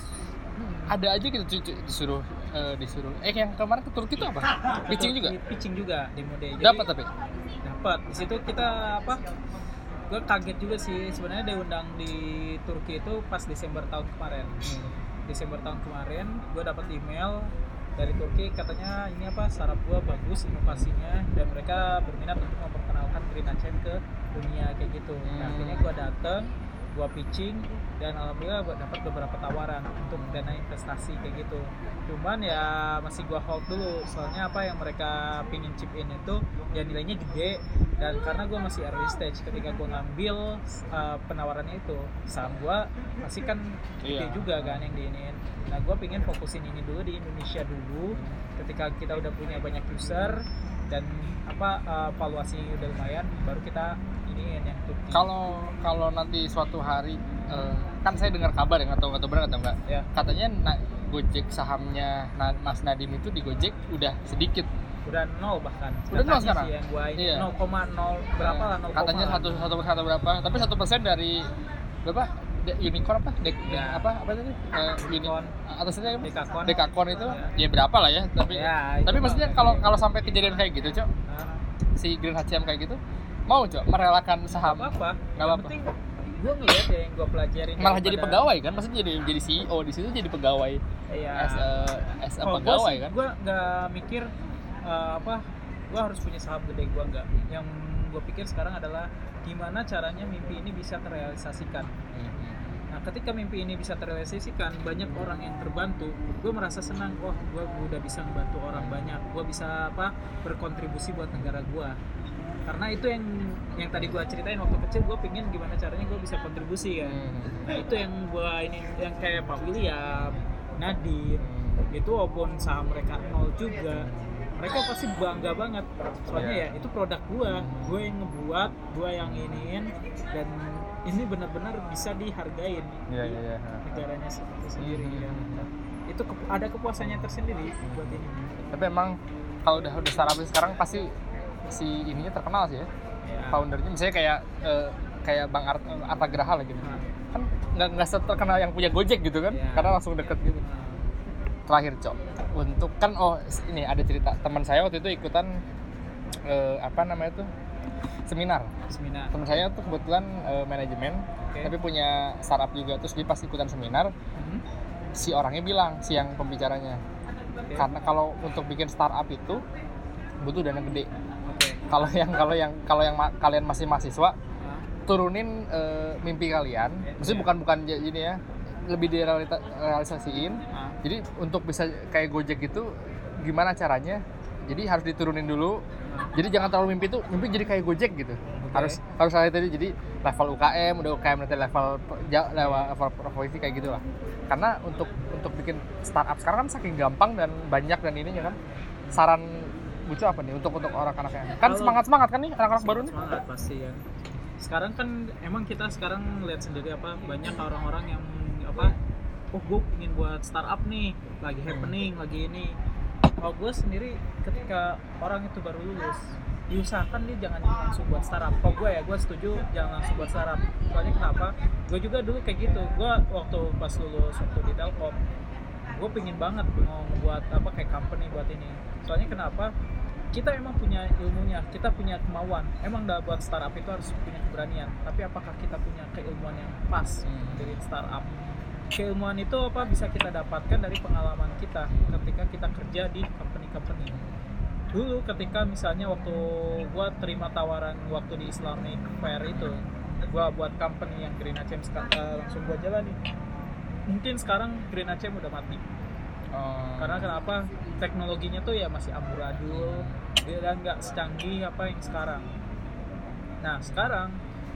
ada aja gitu disuruh uh, disuruh eh yang kemarin ke Turki itu apa? Pitching juga? Pitching juga demo day. Dapat tapi? Dapat. Di situ kita apa? Gue kaget juga sih sebenarnya diundang di Turki itu pas Desember tahun kemarin. Hmm. Desember tahun kemarin gue dapat email dari Turki katanya ini apa startup gue bagus inovasinya dan mereka berminat untuk memperkenalkan Green H M ke dunia kayak gitu. Hmm. Nah, akhirnya gue datang, gue pitching dan alhamdulillah dapat beberapa tawaran untuk dana investasi kayak gitu. Cuman ya masih gue hold dulu soalnya apa yang mereka pingin chip in itu ya nilainya gede, dan karena gue masih early stage ketika gue ngambil uh, penawarannya itu saham gue masih kan gede iya. juga kan yang diinin. Nah gue pingin fokusin ini dulu di Indonesia dulu, ketika kita udah punya banyak user dan apa uh, valuasi udah lumayan baru kita iniin yang Turki. Kalau kalau nanti suatu hari uh, kan saya dengar kabar ya, nggak tahu nggak tahu benar atau enggak ya. Katanya na- Gojek sahamnya Mas Nadim itu di Gojek udah sedikit, udah nol bahkan udah nol sekarang yang gua ini iya. nol koma nol berapa lah nol katanya satu satu persen atau berapa, tapi satu persen dari berapa De- unicorn apa Dek, ya. apa apa tadi uh, unicorn atasnya apa Dekakon Dekakon itu ya. ya berapa lah ya, tapi ya, tapi maksudnya kalau kalau sampai kejadian kayak gitu cok uh. si Green H M kayak gitu mau cok merelakan saham nggak apa nggak apa gue ngeliat ya yang gue pelajarin malah jadi pegawai kan, maksudnya jadi jadi C E O di situ, jadi pegawai iya. as a, as a oh, pegawai gua kan gue nggak mikir uh, apa gue harus punya saham gede, gue nggak. Yang gue pikir sekarang adalah gimana caranya mimpi ini bisa terrealisasikan. hmm. Nah ketika mimpi ini bisa terrealisasikan, banyak orang yang terbantu, gue merasa senang. Wah, gue udah bisa membantu orang banyak, gue bisa apa berkontribusi buat negara gue. Karena itu yang yang tadi gue ceritain waktu kecil, gue pengen gimana caranya gue bisa kontribusi kan. hmm. Nah itu yang gue ini yang kayak Pak William, Nadiem, itu walaupun saham mereka nol juga, mereka pasti bangga banget. Soalnya Yeah. ya itu produk gua, gua yang ngebuat, gua yang iniin, dan ini benar-benar bisa dihargain Iya, di iya, iya. negaranya itu sendiri Hmm. ya. Itu ke- ada kepuasannya tersendiri buat ini. Tapi emang kalau udah udah startup sekarang pasti si ininya terkenal sih ya, Ya. foundernya misalnya kayak eh, kayak Bang Art, Arta Graha lah gitu. Nah, Kan nggak nggak terkenal yang punya Gojek gitu kan, Ya. karena langsung deket gitu. nah, Terakhir Cok, untuk kan oh ini ada cerita teman saya waktu itu ikutan eh, apa namanya tuh seminar. seminar. Teman saya tuh kebetulan eh, manajemen, Oke. tapi punya startup juga. Terus dia pas ikutan seminar, Hmm. si orangnya bilang, si yang pembicaranya, Oke. karena kalau untuk bikin startup itu butuh dana gede. Oke. Kalau yang kalau yang kalau yang ma- kalian masih mahasiswa, Nah, turunin eh, mimpi kalian. Maksudnya Iya. bukan bukan j- ini ya, lebih direalisasiin. nah, Jadi untuk bisa kayak Gojek gitu, gimana caranya? Jadi harus diturunin dulu. nah. Jadi jangan terlalu mimpi tuh, mimpi jadi kayak Gojek gitu. Harus harus ada tadi jadi level U K M, udah U K M nanti level pro- ja- level, level provinsi kayak gitulah. Karena untuk untuk bikin startup sekarang kan saking gampang dan banyak dan ininya kan. Saran Buco apa nih untuk untuk orang-anaknya? Kan Kalau- semangat-semangat kan nih anak-anak baru nih. Semangat pasti ya. Sekarang kan emang kita sekarang lihat sendiri apa banyak orang-orang yang apa, oh gue ingin buat startup nih, lagi happening, lagi ini. Kalau gue sendiri ketika orang itu baru lulus, diusahakan dia jangan langsung buat startup. Kalau gue ya, gue setuju jangan langsung buat startup. Soalnya kenapa? Gue juga dulu kayak gitu. Gue waktu pas lulus waktu di Telkom, gue pingin banget mau buat apa kayak company buat ini. Soalnya kenapa? Kita emang punya ilmunya, kita punya kemauan. Emang dalam buat startup itu harus punya keberanian. Tapi apakah kita punya keilmuan yang pas Hmm. dari startup? Keilmuan itu apa bisa kita dapatkan dari pengalaman kita ketika kita kerja di company-company. Dulu ketika misalnya waktu gua terima tawaran waktu di Islamic Fair itu, gua buat company yang Green H M uh, langsung gua jalani. Mungkin sekarang Green H M udah mati. Oh. Karena kenapa? Teknologinya tuh ya masih amburadul, dia dan nggak secanggih apa yang sekarang. Nah sekarang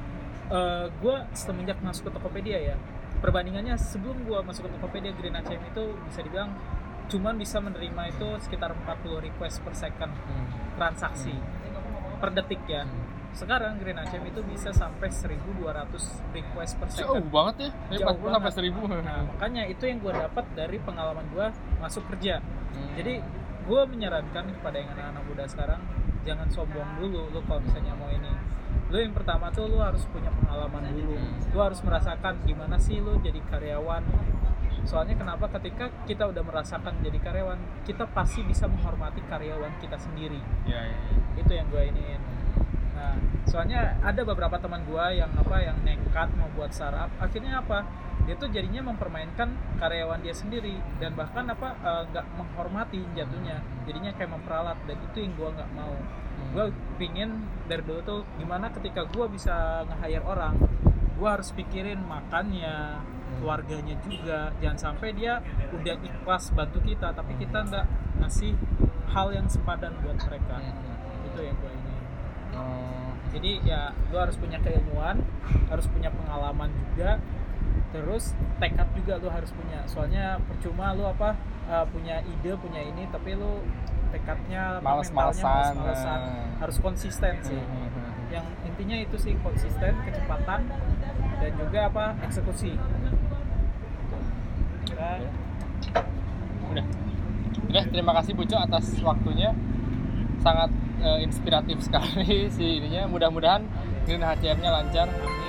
uh, gue semenjak masuk ke Tokopedia ya, perbandingannya sebelum gue masuk ke Tokopedia, Green H M itu bisa dibilang cuman bisa menerima itu sekitar empat puluh request per second Hmm. transaksi per detik ya. Sekarang Green H M itu bisa sampai seribu dua ratus request per Jauh second. banget ya, ini Jauh empat puluh sampai banget. seribu. Nah, makanya itu yang gue dapat dari pengalaman gue masuk kerja. Hmm. Jadi gue menyarankan kepada yang anak-anak muda sekarang, jangan sombong dulu lu kalau misalnya mau ini. Lu yang pertama tuh lu harus punya pengalaman dulu. Lu harus merasakan gimana sih lu jadi karyawan. Soalnya kenapa? Ketika kita udah merasakan jadi karyawan, kita pasti bisa menghormati karyawan kita sendiri. Iya, iya. Itu yang gue iniin. Nah, soalnya ada beberapa teman gue yang apa yang nekat mau buat startup, akhirnya apa? Dia tuh jadinya mempermainkan karyawan dia sendiri dan bahkan apa eh, nggak menghormati jatuhnya. Jadinya kayak memperalat, dan itu yang gue nggak mau. Gue pingin dari dulu tuh gimana ketika gue bisa nge-hire orang, gue harus pikirin makannya, keluarganya juga. Jangan sampai dia udah ikhlas bantu kita tapi kita nggak ngasih hal yang sepadan buat mereka. Itu yang gue ini. Oh. Jadi ya lu harus punya keilmuan, harus punya pengalaman juga, terus tekad juga lu harus punya. Soalnya percuma lu apa uh, punya ide, punya ini tapi lu tekadnya apa, Males-malesan. mentalnya males-malesan. Harus konsisten sih. Hmm. Yang intinya itu sih konsisten, kecepatan, dan juga apa eksekusi. Dan Udah. Udah, terima kasih Buco atas waktunya. Sangat eh, inspiratif sekali si ininya. Mudah-mudahan Green H M-nya lancar. amin.